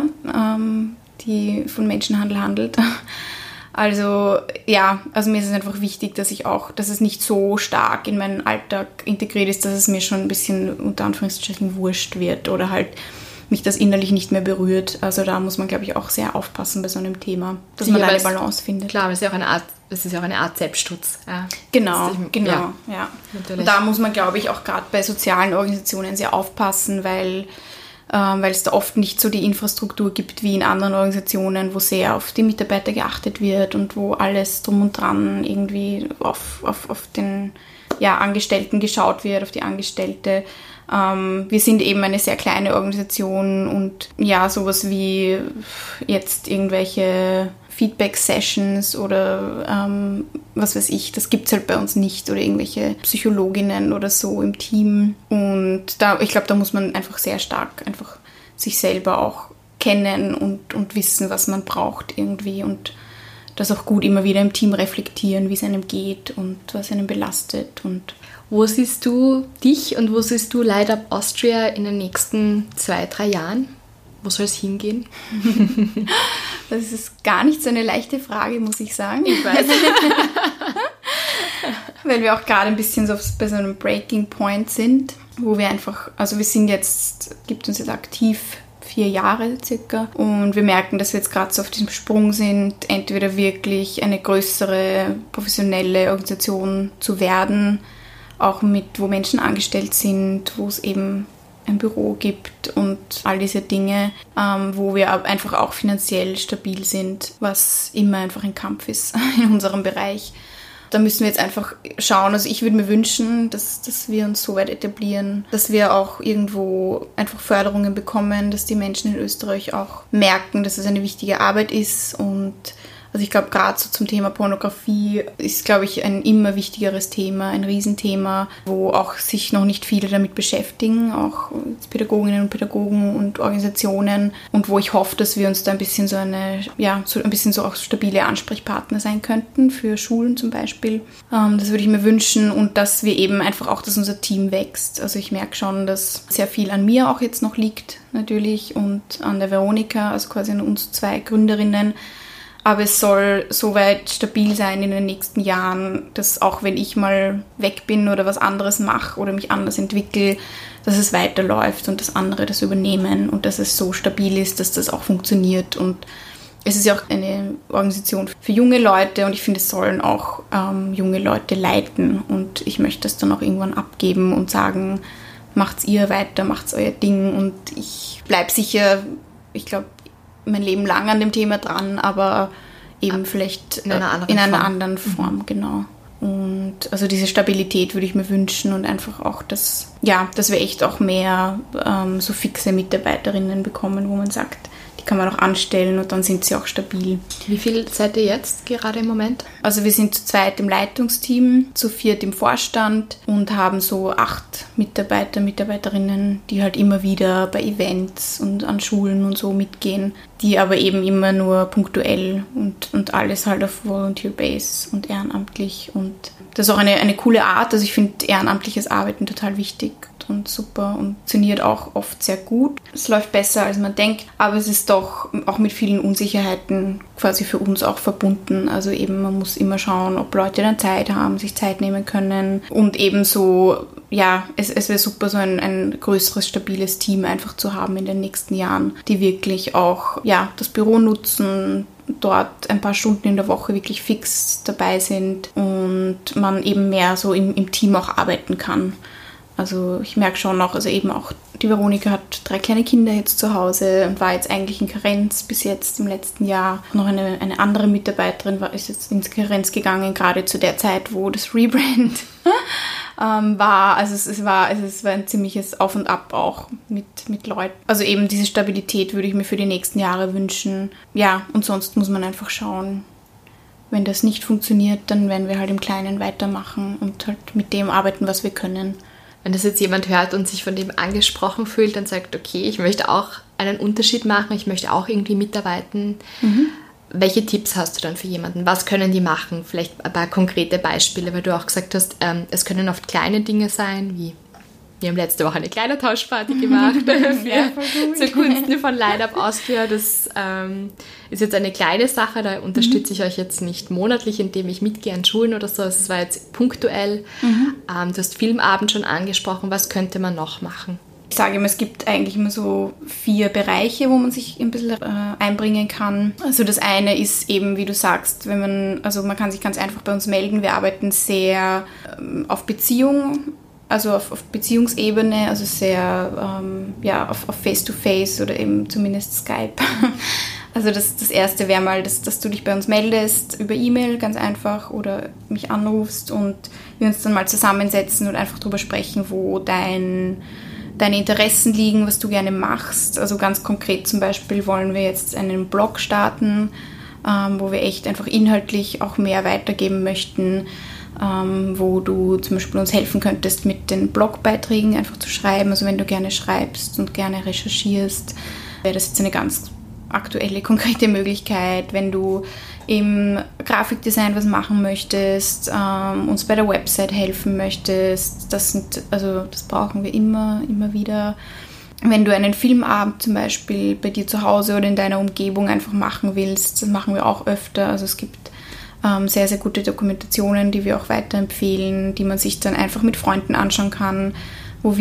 die von Menschenhandel handelt. Also mir ist es einfach wichtig, dass es nicht so stark in meinen Alltag integriert ist, dass es mir schon ein bisschen unter Anführungsstrichen wurscht wird oder halt mich das innerlich nicht mehr berührt. Also da muss man, glaube ich, auch sehr aufpassen bei so einem Thema, dass man da eine Balance findet. Klar, es ist ja auch eine Art Selbstschutz. Ja. Genau. Und da muss man, glaube ich, auch gerade bei sozialen Organisationen sehr aufpassen, weil es da oft nicht so die Infrastruktur gibt wie in anderen Organisationen, wo sehr auf die Mitarbeiter geachtet wird und wo alles drum und dran irgendwie auf den Angestellten geschaut wird, auf die Angestellte. Wir sind eben eine sehr kleine Organisation und ja, sowas wie jetzt irgendwelche Feedback-Sessions oder was weiß ich, das gibt es halt bei uns nicht oder irgendwelche Psychologinnen oder so im Team. Und ich glaube, da muss man einfach sehr stark einfach sich selber auch kennen und wissen, was man braucht irgendwie und das auch gut immer wieder im Team reflektieren, wie es einem geht und was einen belastet. Und wo siehst du dich und wo siehst du Light Up Austria in den nächsten 2-3 Jahren? Wo soll es hingehen? Das ist gar nicht so eine leichte Frage, muss ich sagen. Ich weiß. Weil wir auch gerade ein bisschen so bei so einem Breaking Point sind, wo wir einfach, also wir sind jetzt, gibt uns jetzt aktiv 4 Jahre circa und wir merken, dass wir jetzt gerade so auf diesem Sprung sind, entweder wirklich eine größere professionelle Organisation zu werden, auch wo Menschen angestellt sind, wo es eben ein Büro gibt und all diese Dinge, wo wir einfach auch finanziell stabil sind, was immer einfach ein Kampf ist in unserem Bereich. Da müssen wir jetzt einfach schauen. Also ich würde mir wünschen, dass wir uns so weit etablieren, dass wir auch irgendwo einfach Förderungen bekommen, dass die Menschen in Österreich auch merken, dass es eine wichtige Arbeit ist. Und also ich glaube, gerade so zum Thema Pornografie ist, glaube ich, ein immer wichtigeres Thema, ein Riesenthema, wo auch sich noch nicht viele damit beschäftigen, auch Pädagoginnen und Pädagogen und Organisationen und wo ich hoffe, dass wir uns da ein bisschen so ein bisschen so auch stabile Ansprechpartner sein könnten für Schulen zum Beispiel. Das würde ich mir wünschen und dass wir eben einfach auch, dass unser Team wächst. Also ich merke schon, dass sehr viel an mir auch jetzt noch liegt natürlich und an der Veronika, also quasi an uns 2 Gründerinnen. Aber es soll soweit stabil sein in den nächsten Jahren, dass auch wenn ich mal weg bin oder was anderes mache oder mich anders entwickle, dass es weiterläuft und dass andere das übernehmen und dass es so stabil ist, dass das auch funktioniert. Und es ist ja auch eine Organisation für junge Leute und ich finde, es sollen auch junge Leute leiten. Und ich möchte das dann auch irgendwann abgeben und sagen, macht's ihr weiter, macht's euer Ding. Und ich bleibe sicher, ich glaube, mein Leben lang an dem Thema dran, aber eben vielleicht in einer anderen Form, genau. Und also diese Stabilität würde ich mir wünschen und einfach auch, dass wir echt auch mehr so fixe Mitarbeiterinnen bekommen, wo man sagt, die kann man auch anstellen und dann sind sie auch stabil. Wie viel seid ihr jetzt gerade im Moment? Also wir sind zu 2 im Leitungsteam, zu 4 im Vorstand und haben so 8 Mitarbeiter, Mitarbeiterinnen, die halt immer wieder bei Events und an Schulen und so mitgehen, die aber eben immer nur punktuell und alles halt auf Volunteer Base und ehrenamtlich und das ist auch eine coole Art, also ich finde ehrenamtliches Arbeiten total wichtig und super und funktioniert auch oft sehr gut. Es läuft besser, als man denkt, aber es ist doch auch mit vielen Unsicherheiten quasi für uns auch verbunden. Also eben, man muss immer schauen, ob Leute dann Zeit haben, sich Zeit nehmen können und eben so, ja, es wäre super, so ein größeres, stabiles Team einfach zu haben in den nächsten Jahren, die wirklich auch, ja, das Büro nutzen, dort ein paar Stunden in der Woche wirklich fix dabei sind und man eben mehr so im Team auch arbeiten kann. Also ich merke schon noch, also eben auch die Veronika hat 3 kleine Kinder jetzt zu Hause und war jetzt eigentlich in Karenz bis jetzt im letzten Jahr. Noch eine andere Mitarbeiterin ist jetzt ins Karenz gegangen, gerade zu der Zeit, wo das Rebrand war. Also es war ein ziemliches Auf und Ab auch mit Leuten. Also eben diese Stabilität würde ich mir für die nächsten Jahre wünschen. Ja, und sonst muss man einfach schauen. Wenn das nicht funktioniert, dann werden wir halt im Kleinen weitermachen und halt mit dem arbeiten, was wir können. Wenn das jetzt jemand hört und sich von dem angesprochen fühlt und sagt, okay, ich möchte auch einen Unterschied machen, ich möchte auch irgendwie mitarbeiten, welche Tipps hast du dann für jemanden? Was können die machen? Vielleicht ein paar konkrete Beispiele, weil du auch gesagt hast, es können oft kleine Dinge sein, wie wir haben letzte Woche eine kleine Tauschparty gemacht zugunsten von Light Up Austria. Das ist jetzt eine kleine Sache, da unterstütze ich euch jetzt nicht monatlich, indem ich mitgehe an Schulen oder so. Also es war jetzt punktuell. Du hast Filmabend schon angesprochen. Was könnte man noch machen? Ich sage immer, es gibt eigentlich immer so 4 Bereiche, wo man sich ein bisschen einbringen kann. Also das eine ist eben, wie du sagst, man kann sich ganz einfach bei uns melden. Wir arbeiten sehr auf Beziehung, also auf Beziehungsebene, also sehr auf Face-to-Face oder eben zumindest Skype. Also das erste wäre mal, dass du dich bei uns meldest über E-Mail ganz einfach oder mich anrufst und wir uns dann mal zusammensetzen und einfach drüber sprechen, wo dein deine Interessen liegen, was du gerne machst. Also ganz konkret zum Beispiel wollen wir jetzt einen Blog starten, wo wir echt einfach inhaltlich auch mehr weitergeben möchten, wo du zum Beispiel uns helfen könntest, mit den Blogbeiträgen einfach zu schreiben. Also wenn du gerne schreibst und gerne recherchierst, wäre das jetzt eine ganz aktuelle, konkrete Möglichkeit. Wenn du im Grafikdesign was machen möchtest, uns bei der Website helfen möchtest, das brauchen wir immer wieder. Wenn du einen Filmabend zum Beispiel bei dir zu Hause oder in deiner Umgebung einfach machen willst, das machen wir auch öfter. Also es gibt sehr, sehr gute Dokumentationen, die wir auch weiterempfehlen, die man sich dann einfach mit Freunden anschauen kann, wo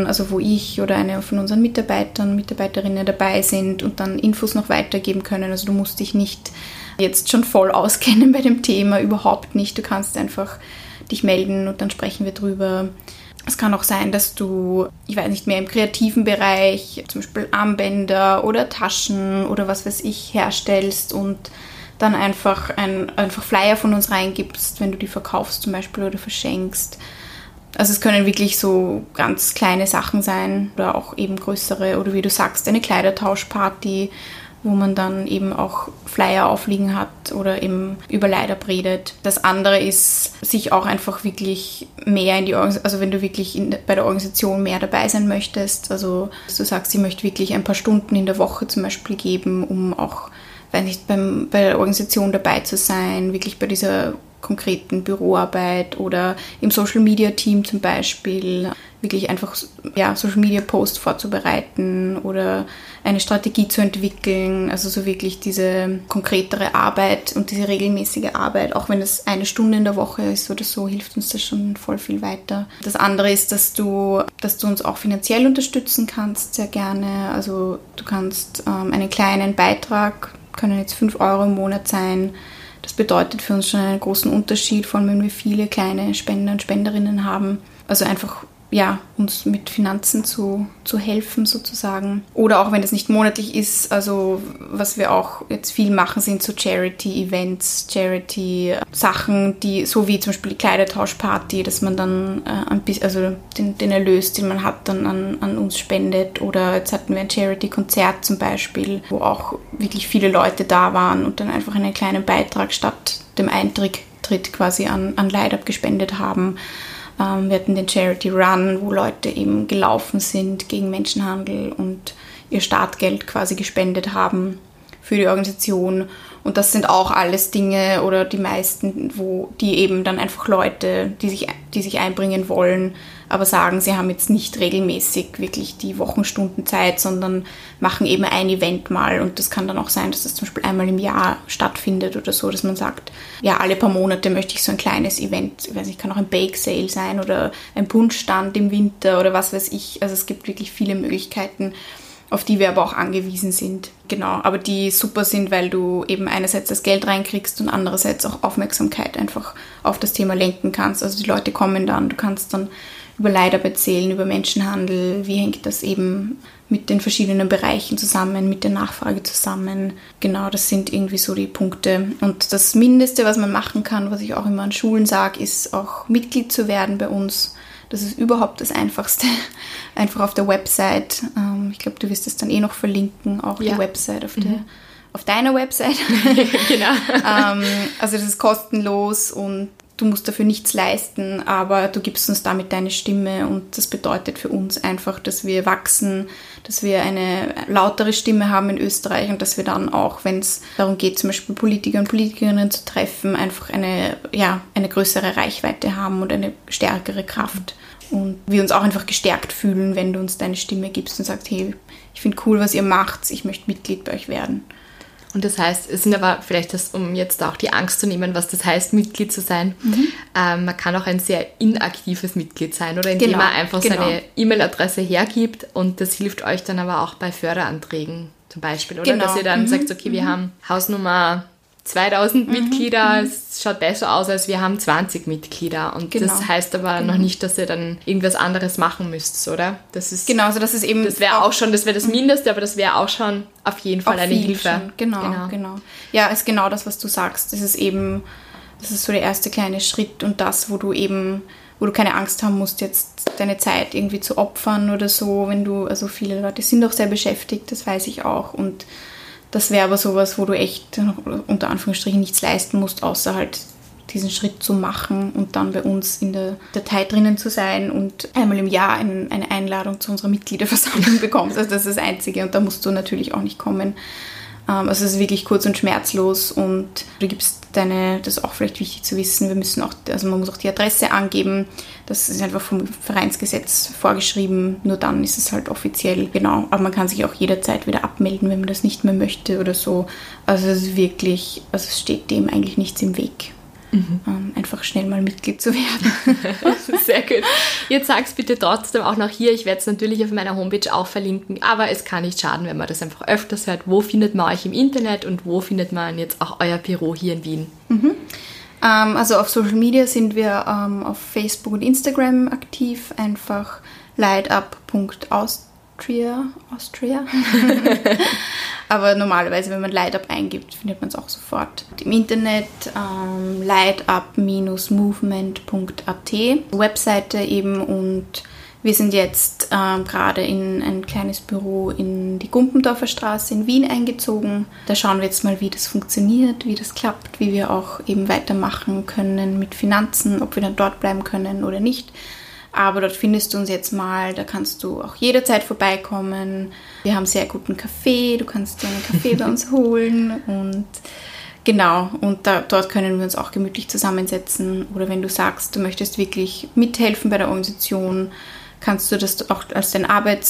ich oder eine von unseren Mitarbeiterinnen dabei sind und dann Infos noch weitergeben können. Also du musst dich nicht jetzt schon voll auskennen bei dem Thema, überhaupt nicht. Du kannst einfach dich melden und dann sprechen wir drüber. Es kann auch sein, dass du, mehr im kreativen Bereich, zum Beispiel Armbänder oder Taschen oder was weiß ich herstellst und dann einfach Flyer von uns reingibst, wenn du die verkaufst zum Beispiel oder verschenkst. Also es können wirklich so ganz kleine Sachen sein oder auch eben größere oder wie du sagst, eine Kleidertauschparty, wo man dann eben auch Flyer aufliegen hat oder eben über Leider redet. Das andere ist, sich auch einfach wirklich mehr wenn du wirklich bei der Organisation mehr dabei sein möchtest. Also du sagst, ich möchte wirklich ein paar Stunden in der Woche zum Beispiel geben, um auch bei der Organisation dabei zu sein, wirklich bei dieser konkreten Büroarbeit oder im Social-Media-Team zum Beispiel, wirklich einfach Social-Media-Posts vorzubereiten oder eine Strategie zu entwickeln, also so wirklich diese konkretere Arbeit und diese regelmäßige Arbeit, auch wenn es eine Stunde in der Woche ist oder so, hilft uns das schon voll viel weiter. Das andere ist, dass du uns auch finanziell unterstützen kannst, sehr gerne. Also du kannst einen kleinen Beitrag, können jetzt 5 Euro im Monat sein. Das bedeutet für uns schon einen großen Unterschied, vor allem wenn wir viele kleine Spender und Spenderinnen haben. Also einfach uns mit Finanzen zu helfen sozusagen. Oder auch wenn es nicht monatlich ist, also was wir auch jetzt viel machen, sind so Charity-Events, Charity-Sachen, die so wie zum Beispiel die Kleidertauschparty, dass man dann den Erlös, den man hat, dann an uns spendet. Oder jetzt hatten wir ein Charity-Konzert zum Beispiel, wo auch wirklich viele Leute da waren und dann einfach einen kleinen Beitrag statt dem Eintritt quasi an Leid abgespendet haben. Wir hatten den Charity Run, wo Leute eben gelaufen sind gegen Menschenhandel und ihr Startgeld quasi gespendet haben für die Organisation. Und das sind auch alles Dinge oder die meisten, die eben dann einfach Leute, die sich einbringen wollen, aber sagen, sie haben jetzt nicht regelmäßig wirklich die Wochenstunden Zeit, sondern machen eben ein Event mal. Und das kann dann auch sein, dass das zum Beispiel einmal im Jahr stattfindet oder so, dass man sagt, alle paar Monate möchte ich so ein kleines Event, kann auch ein Bake Sale sein oder ein Punschstand im Winter oder was weiß ich. Also es gibt wirklich viele Möglichkeiten, auf die wir aber auch angewiesen sind. Genau, aber die super sind, weil du eben einerseits das Geld reinkriegst und andererseits auch Aufmerksamkeit einfach auf das Thema lenken kannst. Also die Leute kommen dann, du kannst dann über Leid erzählen, über Menschenhandel, wie hängt das eben mit den verschiedenen Bereichen zusammen, mit der Nachfrage zusammen. Genau, das sind irgendwie so die Punkte. Und das Mindeste, was man machen kann, was ich auch immer an Schulen sage, ist auch Mitglied zu werden bei uns. Das ist überhaupt das Einfachste. Einfach auf der Website. Ich glaube, du wirst es dann noch verlinken, auch die Website auf deiner Website. Genau. Also das ist kostenlos und du musst dafür nichts leisten, aber du gibst uns damit deine Stimme und das bedeutet für uns einfach, dass wir wachsen, dass wir eine lautere Stimme haben in Österreich und dass wir dann auch, wenn es darum geht, zum Beispiel Politiker und Politikerinnen zu treffen, einfach eine größere Reichweite haben und eine stärkere Kraft. Und wir uns auch einfach gestärkt fühlen, wenn du uns deine Stimme gibst und sagst, hey, ich finde cool, was ihr macht, ich möchte Mitglied bei euch werden. Und das heißt, es sind aber vielleicht, um jetzt auch die Angst zu nehmen, was das heißt, Mitglied zu sein, man kann auch ein sehr inaktives Mitglied sein oder indem man einfach seine E-Mail-Adresse hergibt und das hilft euch dann aber auch bei Förderanträgen zum Beispiel, oder? Dass ihr dann sagt, okay, wir haben Hausnummer 2000 Mitglieder, es schaut besser aus, als wir haben 20 Mitglieder. Und das heißt aber noch nicht, dass ihr dann irgendwas anderes machen müsst, oder? Das ist, also das ist eben... Das wäre auch schon, das wäre das Mindeste, aber das wäre auch schon auf jeden Fall eine Hilfe. Genau. Ja, ist genau das, was du sagst. Das ist so der erste kleine Schritt und das, wo du wo du keine Angst haben musst, jetzt deine Zeit irgendwie zu opfern oder so, also viele Leute sind auch sehr beschäftigt, das weiß ich auch, und das wäre aber sowas, wo du echt unter Anführungsstrichen nichts leisten musst, außer halt diesen Schritt zu machen und dann bei uns in der Datei drinnen zu sein und einmal im Jahr eine Einladung zu unserer Mitgliederversammlung bekommst. Also das ist das Einzige und da musst du natürlich auch nicht kommen. Also es ist wirklich kurz und schmerzlos und du gibst das ist auch vielleicht wichtig zu wissen, man muss auch die Adresse angeben, das ist einfach vom Vereinsgesetz vorgeschrieben, nur dann ist es halt offiziell, genau, aber man kann sich auch jederzeit wieder abmelden, wenn man das nicht mehr möchte oder so, also es ist wirklich, also es steht dem eigentlich nichts im Weg. Einfach schnell mal Mitglied zu werden. Sehr gut. Jetzt sag's bitte trotzdem auch noch hier, ich werde es natürlich auf meiner Homepage auch verlinken, aber es kann nicht schaden, wenn man das einfach öfters hört. Wo findet man euch im Internet und wo findet man jetzt auch euer Büro hier in Wien? Also auf Social Media sind wir auf Facebook und Instagram aktiv, einfach lightUp.austria. Aber normalerweise, wenn man LightUp eingibt, findet man es auch sofort. Im Internet lightup-movement.at, Webseite eben, und wir sind jetzt gerade in ein kleines Büro in die Gumpendorfer Straße in Wien eingezogen. Da schauen wir jetzt mal, wie das funktioniert, wie das klappt, wie wir auch eben weitermachen können mit Finanzen, ob wir dann dort bleiben können oder nicht. Aber dort findest du uns jetzt mal, da kannst du auch jederzeit vorbeikommen. Wir haben sehr guten Kaffee, du kannst dir einen Kaffee bei uns holen und genau, und dort können wir uns auch gemütlich zusammensetzen. Oder wenn du sagst, du möchtest wirklich mithelfen bei der Organisation, kannst du das auch als deinen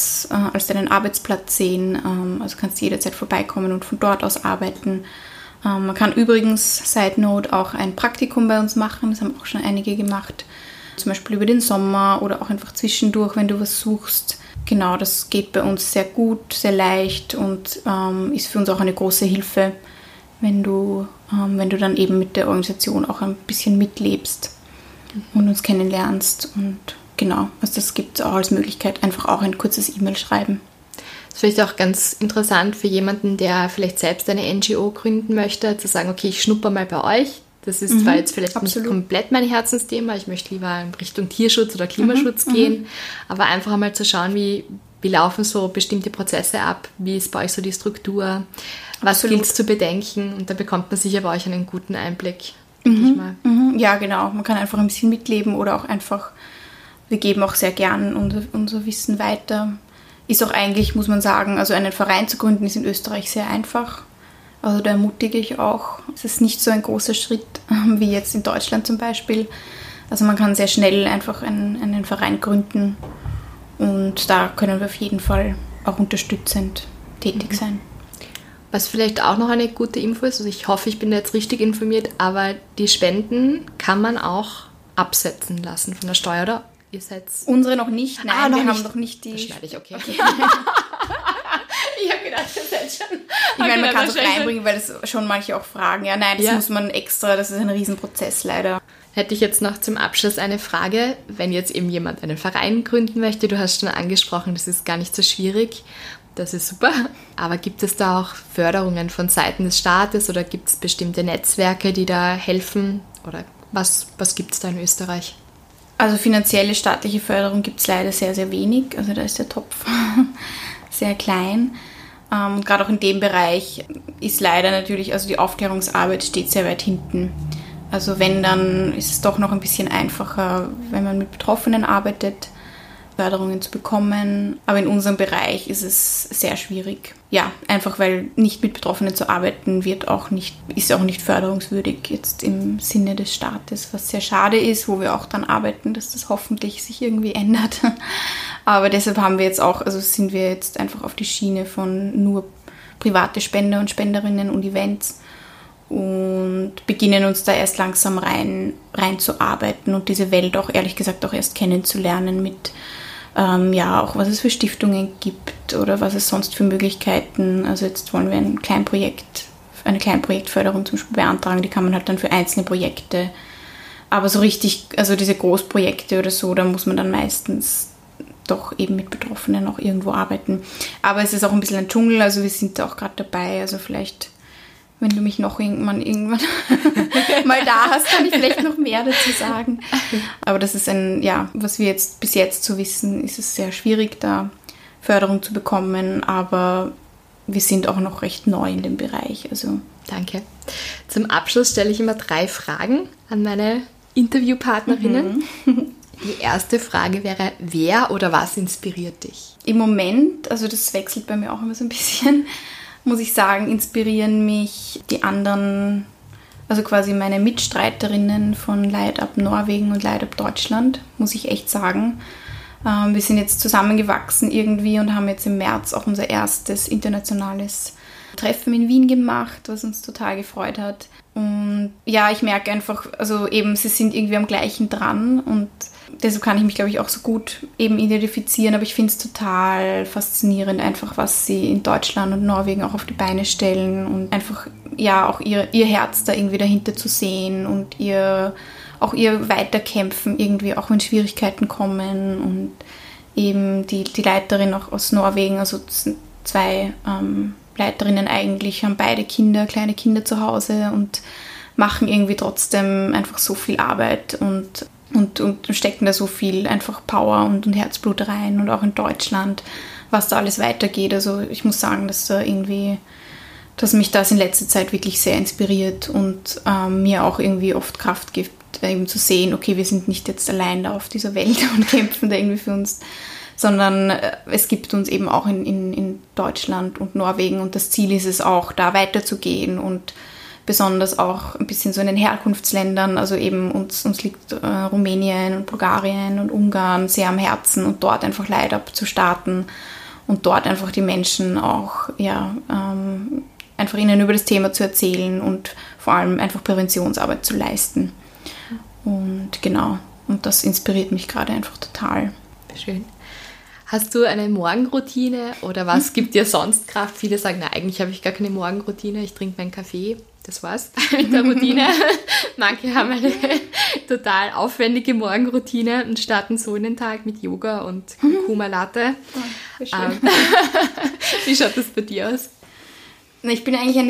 Arbeitsplatz sehen. Also kannst du jederzeit vorbeikommen und von dort aus arbeiten. Man kann übrigens, Side Note, auch ein Praktikum bei uns machen, das haben auch schon einige gemacht. Zum Beispiel über den Sommer oder auch einfach zwischendurch, wenn du was suchst. Genau, das geht bei uns sehr gut, sehr leicht und ist für uns auch eine große Hilfe, wenn du dann eben mit der Organisation auch ein bisschen mitlebst und uns kennenlernst. Und genau, also das gibt es auch als Möglichkeit, einfach auch ein kurzes E-Mail schreiben. Das ist vielleicht auch ganz interessant für jemanden, der vielleicht selbst eine NGO gründen möchte, zu sagen, okay, ich schnupper mal bei euch. Das ist zwar jetzt vielleicht nicht komplett mein Herzensthema, ich möchte lieber in Richtung Tierschutz oder Klimaschutz gehen, aber einfach einmal zu schauen, wie laufen so bestimmte Prozesse ab, wie ist bei euch so die Struktur, was gilt es zu bedenken, und da bekommt man sicher bei euch einen guten Einblick, denke ich mal. Ja, genau, man kann einfach ein bisschen mitleben oder auch einfach, wir geben auch sehr gern unser Wissen weiter. Ist auch eigentlich, muss man sagen, also einen Verein zu gründen ist in Österreich sehr einfach. Also da ermutige ich auch. Es ist nicht so ein großer Schritt wie jetzt in Deutschland zum Beispiel. Also man kann sehr schnell einfach einen Verein gründen und da können wir auf jeden Fall auch unterstützend tätig sein. Was vielleicht auch noch eine gute Info ist, also ich hoffe, ich bin jetzt richtig informiert, aber die Spenden kann man auch absetzen lassen von der Steuer, oder? Ihr seid unsere noch nicht, nein, noch wir nicht. Haben noch nicht die... Das schneide ich, okay. Ich habe gedacht, ihr seid schon... Ich meine, man kann es auch reinbringen, weil das schon manche auch fragen. Ja, nein, das muss man extra, das ist ein Riesenprozess leider. Hätte ich jetzt noch zum Abschluss eine Frage, wenn jetzt eben jemand einen Verein gründen möchte, du hast schon angesprochen, das ist gar nicht so schwierig, das ist super, aber gibt es da auch Förderungen von Seiten des Staates oder gibt es bestimmte Netzwerke, die da helfen, oder was gibt es da in Österreich? Also finanzielle staatliche Förderung gibt es leider sehr, sehr wenig, also da ist der Topf sehr klein. Gerade auch in dem Bereich ist leider natürlich, also die Aufklärungsarbeit steht sehr weit hinten. Also wenn, dann ist es doch noch ein bisschen einfacher, wenn man mit Betroffenen arbeitet, Förderungen zu bekommen. Aber in unserem Bereich ist es sehr schwierig. Ja, einfach weil nicht mit Betroffenen zu arbeiten ist auch nicht förderungswürdig jetzt im Sinne des Staates, was sehr schade ist, wo wir auch daran arbeiten, dass das hoffentlich sich irgendwie ändert. Aber deshalb sind wir jetzt einfach auf die Schiene von nur private Spender und Spenderinnen und Events und beginnen uns da erst langsam reinzuarbeiten und diese Welt auch ehrlich gesagt auch erst kennenzulernen mit auch was es für Stiftungen gibt oder was es sonst für Möglichkeiten. Also jetzt wollen wir eine Kleinprojektförderung zum Beispiel beantragen, die kann man halt dann für einzelne Projekte. Aber so richtig, also diese Großprojekte oder so, da muss man dann meistens doch eben mit Betroffenen auch irgendwo arbeiten. Aber es ist auch ein bisschen ein Dschungel, also wir sind da auch gerade dabei, also vielleicht wenn du mich noch irgendwann mal da hast, kann ich vielleicht noch mehr dazu sagen. Aber das ist was wir jetzt bis jetzt so wissen, ist es sehr schwierig, da Förderung zu bekommen, aber wir sind auch noch recht neu in dem Bereich. Also. Danke. Zum Abschluss stelle ich immer 3 Fragen an meine Interviewpartnerinnen. Die erste Frage wäre, wer oder was inspiriert dich? Im Moment, also das wechselt bei mir auch immer so ein bisschen, muss ich sagen, inspirieren mich die anderen, also quasi meine Mitstreiterinnen von Light Up Norwegen und Light Up Deutschland, muss ich echt sagen. Wir sind jetzt zusammengewachsen irgendwie und haben jetzt im März auch unser erstes internationales Treffen in Wien gemacht, was uns total gefreut hat. Und ja, ich merke einfach, also eben, sie sind irgendwie am gleichen dran und deshalb kann ich mich, glaube ich, auch so gut eben identifizieren, aber ich finde es total faszinierend einfach, was sie in Deutschland und Norwegen auch auf die Beine stellen und einfach, ja, auch ihr Herz da irgendwie dahinter zu sehen und ihr Weiterkämpfen irgendwie, auch wenn Schwierigkeiten kommen und eben die Leiterin auch aus Norwegen, also 2 Leiterinnen eigentlich, haben beide kleine Kinder zu Hause und machen irgendwie trotzdem einfach so viel Arbeit und stecken da so viel einfach Power und Herzblut rein und auch in Deutschland, was da alles weitergeht. Also ich muss sagen, dass mich das in letzter Zeit wirklich sehr inspiriert und mir auch irgendwie oft Kraft gibt, eben zu sehen, okay, wir sind nicht jetzt allein da auf dieser Welt und kämpfen da irgendwie für uns, sondern es gibt uns eben auch in Deutschland und Norwegen und das Ziel ist es auch, da weiterzugehen und besonders auch ein bisschen so in den Herkunftsländern, also eben uns liegt Rumänien und Bulgarien und Ungarn sehr am Herzen und dort einfach Light Up zu starten und dort einfach die Menschen auch, einfach ihnen über das Thema zu erzählen und vor allem einfach Präventionsarbeit zu leisten. Und genau, und das inspiriert mich gerade einfach total. Schön. Hast du eine Morgenroutine oder was gibt dir sonst Kraft? Viele sagen, na, eigentlich habe ich gar keine Morgenroutine, ich trinke meinen Kaffee, das war's mit der Routine. Manche haben eine total aufwendige Morgenroutine und starten so in den Tag mit Yoga und Kurkuma Latte. Oh, wie schaut das bei dir aus? Ich bin eigentlich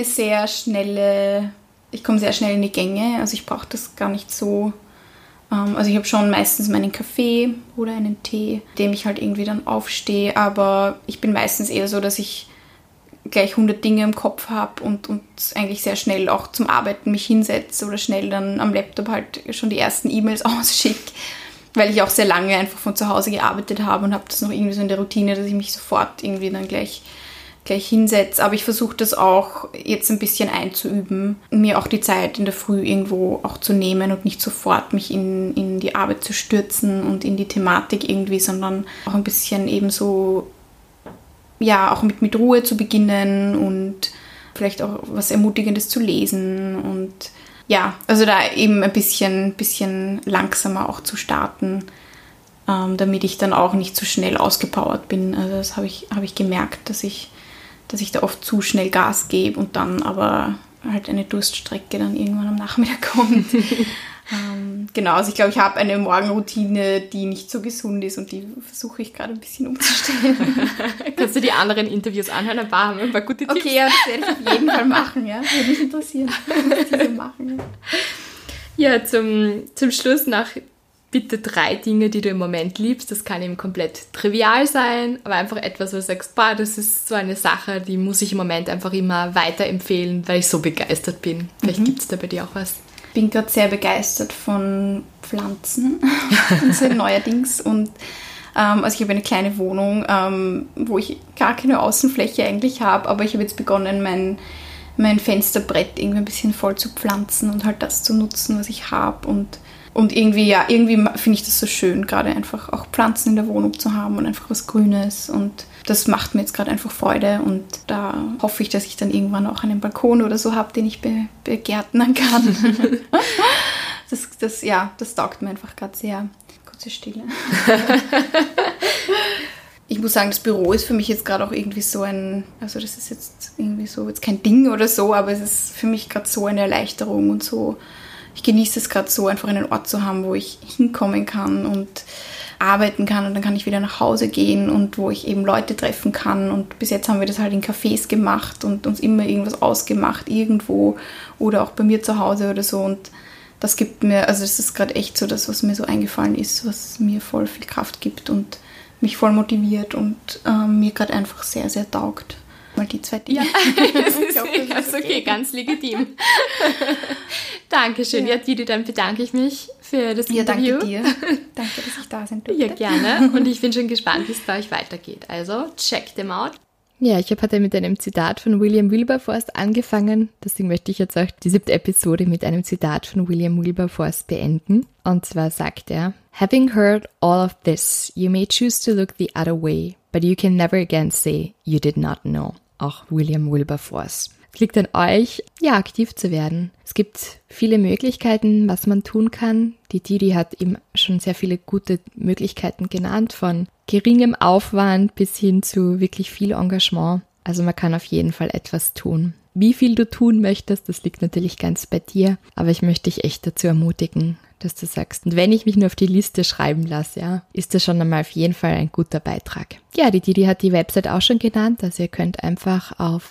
ich komme sehr schnell in die Gänge, also ich brauche das gar nicht so. Also ich habe schon meistens meinen Kaffee oder einen Tee, dem ich halt irgendwie dann aufstehe, aber ich bin meistens eher so, dass ich gleich 100 Dinge im Kopf habe und eigentlich sehr schnell auch zum Arbeiten mich hinsetze oder schnell dann am Laptop halt schon die ersten E-Mails ausschicke, weil ich auch sehr lange einfach von zu Hause gearbeitet habe und habe das noch irgendwie so in der Routine, dass ich mich sofort irgendwie dann gleich hinsetze. Aber ich versuche das auch jetzt ein bisschen einzuüben, mir auch die Zeit in der Früh irgendwo auch zu nehmen und nicht sofort mich in die Arbeit zu stürzen und in die Thematik irgendwie, sondern auch ein bisschen eben so, ja, auch mit Ruhe zu beginnen und vielleicht auch was Ermutigendes zu lesen und ja, also da eben ein bisschen langsamer auch zu starten, damit ich dann auch nicht zu schnell ausgepowert bin. Also das habe ich gemerkt, dass ich da oft zu schnell Gas gebe und dann aber halt eine Durststrecke dann irgendwann am Nachmittag kommt. Genau, also ich glaube, ich habe eine Morgenroutine, die nicht so gesund ist und die versuche ich gerade ein bisschen umzustellen. Kannst du die anderen Interviews anhören? Ein paar gute Tipps. Okay, ja, das werde ich auf jeden Fall machen, ja. Würde mich interessieren, was die so machen. Ja, zum Schluss noch bitte 3 Dinge, die du im Moment liebst. Das kann eben komplett trivial sein, aber einfach etwas, wo du sagst, das ist so eine Sache, die muss ich im Moment einfach immer weiterempfehlen, weil ich so begeistert bin. Vielleicht gibt es da bei dir auch was. Ich bin gerade sehr begeistert von Pflanzen, also neuerdings. Und also ich habe eine kleine Wohnung, wo ich gar keine Außenfläche eigentlich habe, aber ich habe jetzt begonnen, mein Fensterbrett irgendwie ein bisschen voll zu pflanzen und halt das zu nutzen, was ich habe. Und irgendwie finde ich das so schön, gerade einfach auch Pflanzen in der Wohnung zu haben und einfach was Grünes. Und das macht mir jetzt gerade einfach Freude. Und da hoffe ich, dass ich dann irgendwann auch einen Balkon oder so habe, den ich begärtnern kann. Das taugt mir einfach gerade sehr. Kurze Stille. Ich muss sagen, das Büro ist für mich jetzt gerade auch irgendwie so also das ist jetzt irgendwie so, jetzt kein Ding oder so, aber es ist für mich gerade so eine Erleichterung und so. Ich genieße es gerade so, einfach einen Ort zu haben, wo ich hinkommen kann und arbeiten kann und dann kann ich wieder nach Hause gehen und wo ich eben Leute treffen kann. Und bis jetzt haben wir das halt in Cafés gemacht und uns immer irgendwas ausgemacht, irgendwo oder auch bei mir zu Hause oder so. Und das gibt mir, also das ist gerade echt so das, was mir so eingefallen ist, was mir voll viel Kraft gibt und mich voll motiviert und mir gerade einfach sehr, sehr taugt. Mal die zwei Dinge. Ja, das ist okay, ganz legitim. Dankeschön. Ja, Didi, dann bedanke ich mich für das Interview. Ja, danke dir. Danke, dass ich da sein durfte. Ja, gerne. Und ich bin schon gespannt, wie es bei euch weitergeht. Also, check them out. Ja, ich habe heute mit einem Zitat von William Wilberforce angefangen. Deswegen möchte ich jetzt auch die 7. Episode mit einem Zitat von William Wilberforce beenden. Und zwar sagt er, "Having heard all of this, you may choose to look the other way, but you can never again say you did not know." Auch William Wilberforce. Es liegt an euch, ja, aktiv zu werden. Es gibt viele Möglichkeiten, was man tun kann. Die Didi hat ihm schon sehr viele gute Möglichkeiten genannt, von geringem Aufwand bis hin zu wirklich viel Engagement. Also man kann auf jeden Fall etwas tun. Wie viel du tun möchtest, das liegt natürlich ganz bei dir, aber ich möchte dich echt dazu ermutigen, dass du sagst, und wenn ich mich nur auf die Liste schreiben lasse, ja, ist das schon einmal auf jeden Fall ein guter Beitrag. Ja, die Didi hat die Website auch schon genannt, also ihr könnt einfach auf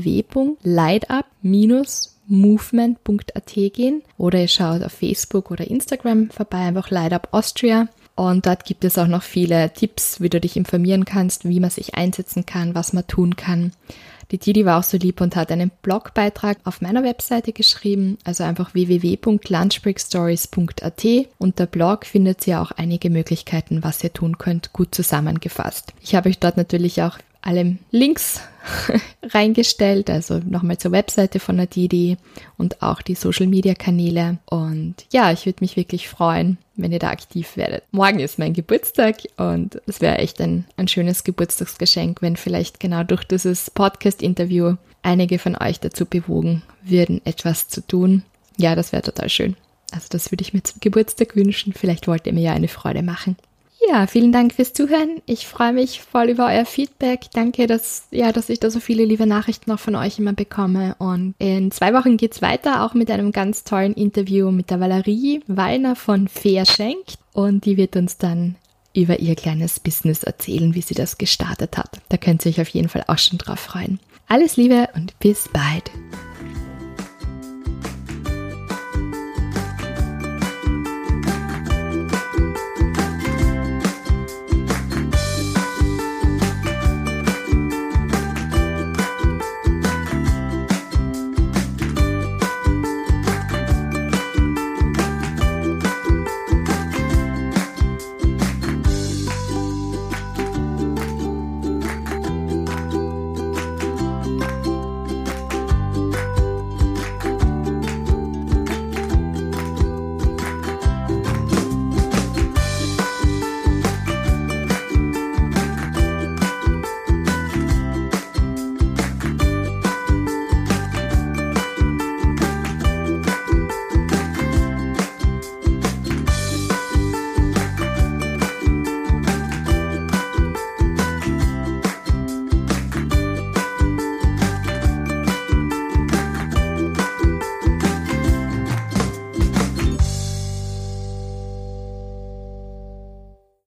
www.lightUp-movement.at gehen oder ihr schaut auf Facebook oder Instagram vorbei, einfach Light-Up Austria. Und dort gibt es auch noch viele Tipps, wie du dich informieren kannst, wie man sich einsetzen kann, was man tun kann. Die Didi war auch so lieb und hat einen Blogbeitrag auf meiner Webseite geschrieben, also einfach www.lunchbreakstories.at. Unter Blog findet ihr auch einige Möglichkeiten, was ihr tun könnt, gut zusammengefasst. Ich habe euch dort natürlich auch alle Links reingestellt, also nochmal zur Webseite von der Didi und auch die Social-Media-Kanäle. Und ja, ich würde mich wirklich freuen, wenn ihr da aktiv werdet. Morgen ist mein Geburtstag und es wäre echt ein schönes Geburtstagsgeschenk, wenn vielleicht genau durch dieses Podcast-Interview einige von euch dazu bewogen würden, etwas zu tun. Ja, das wäre total schön. Also das würde ich mir zum Geburtstag wünschen. Vielleicht wollt ihr mir ja eine Freude machen. Ja, vielen Dank fürs Zuhören. Ich freue mich voll über euer Feedback. Danke, dass ich da so viele liebe Nachrichten auch von euch immer bekomme. Und in 2 Wochen geht's weiter, auch mit einem ganz tollen Interview mit der Valerie Wallner von Fair Schenkt. Und die wird uns dann über ihr kleines Business erzählen, wie sie das gestartet hat. Da könnt ihr euch auf jeden Fall auch schon drauf freuen. Alles Liebe und bis bald.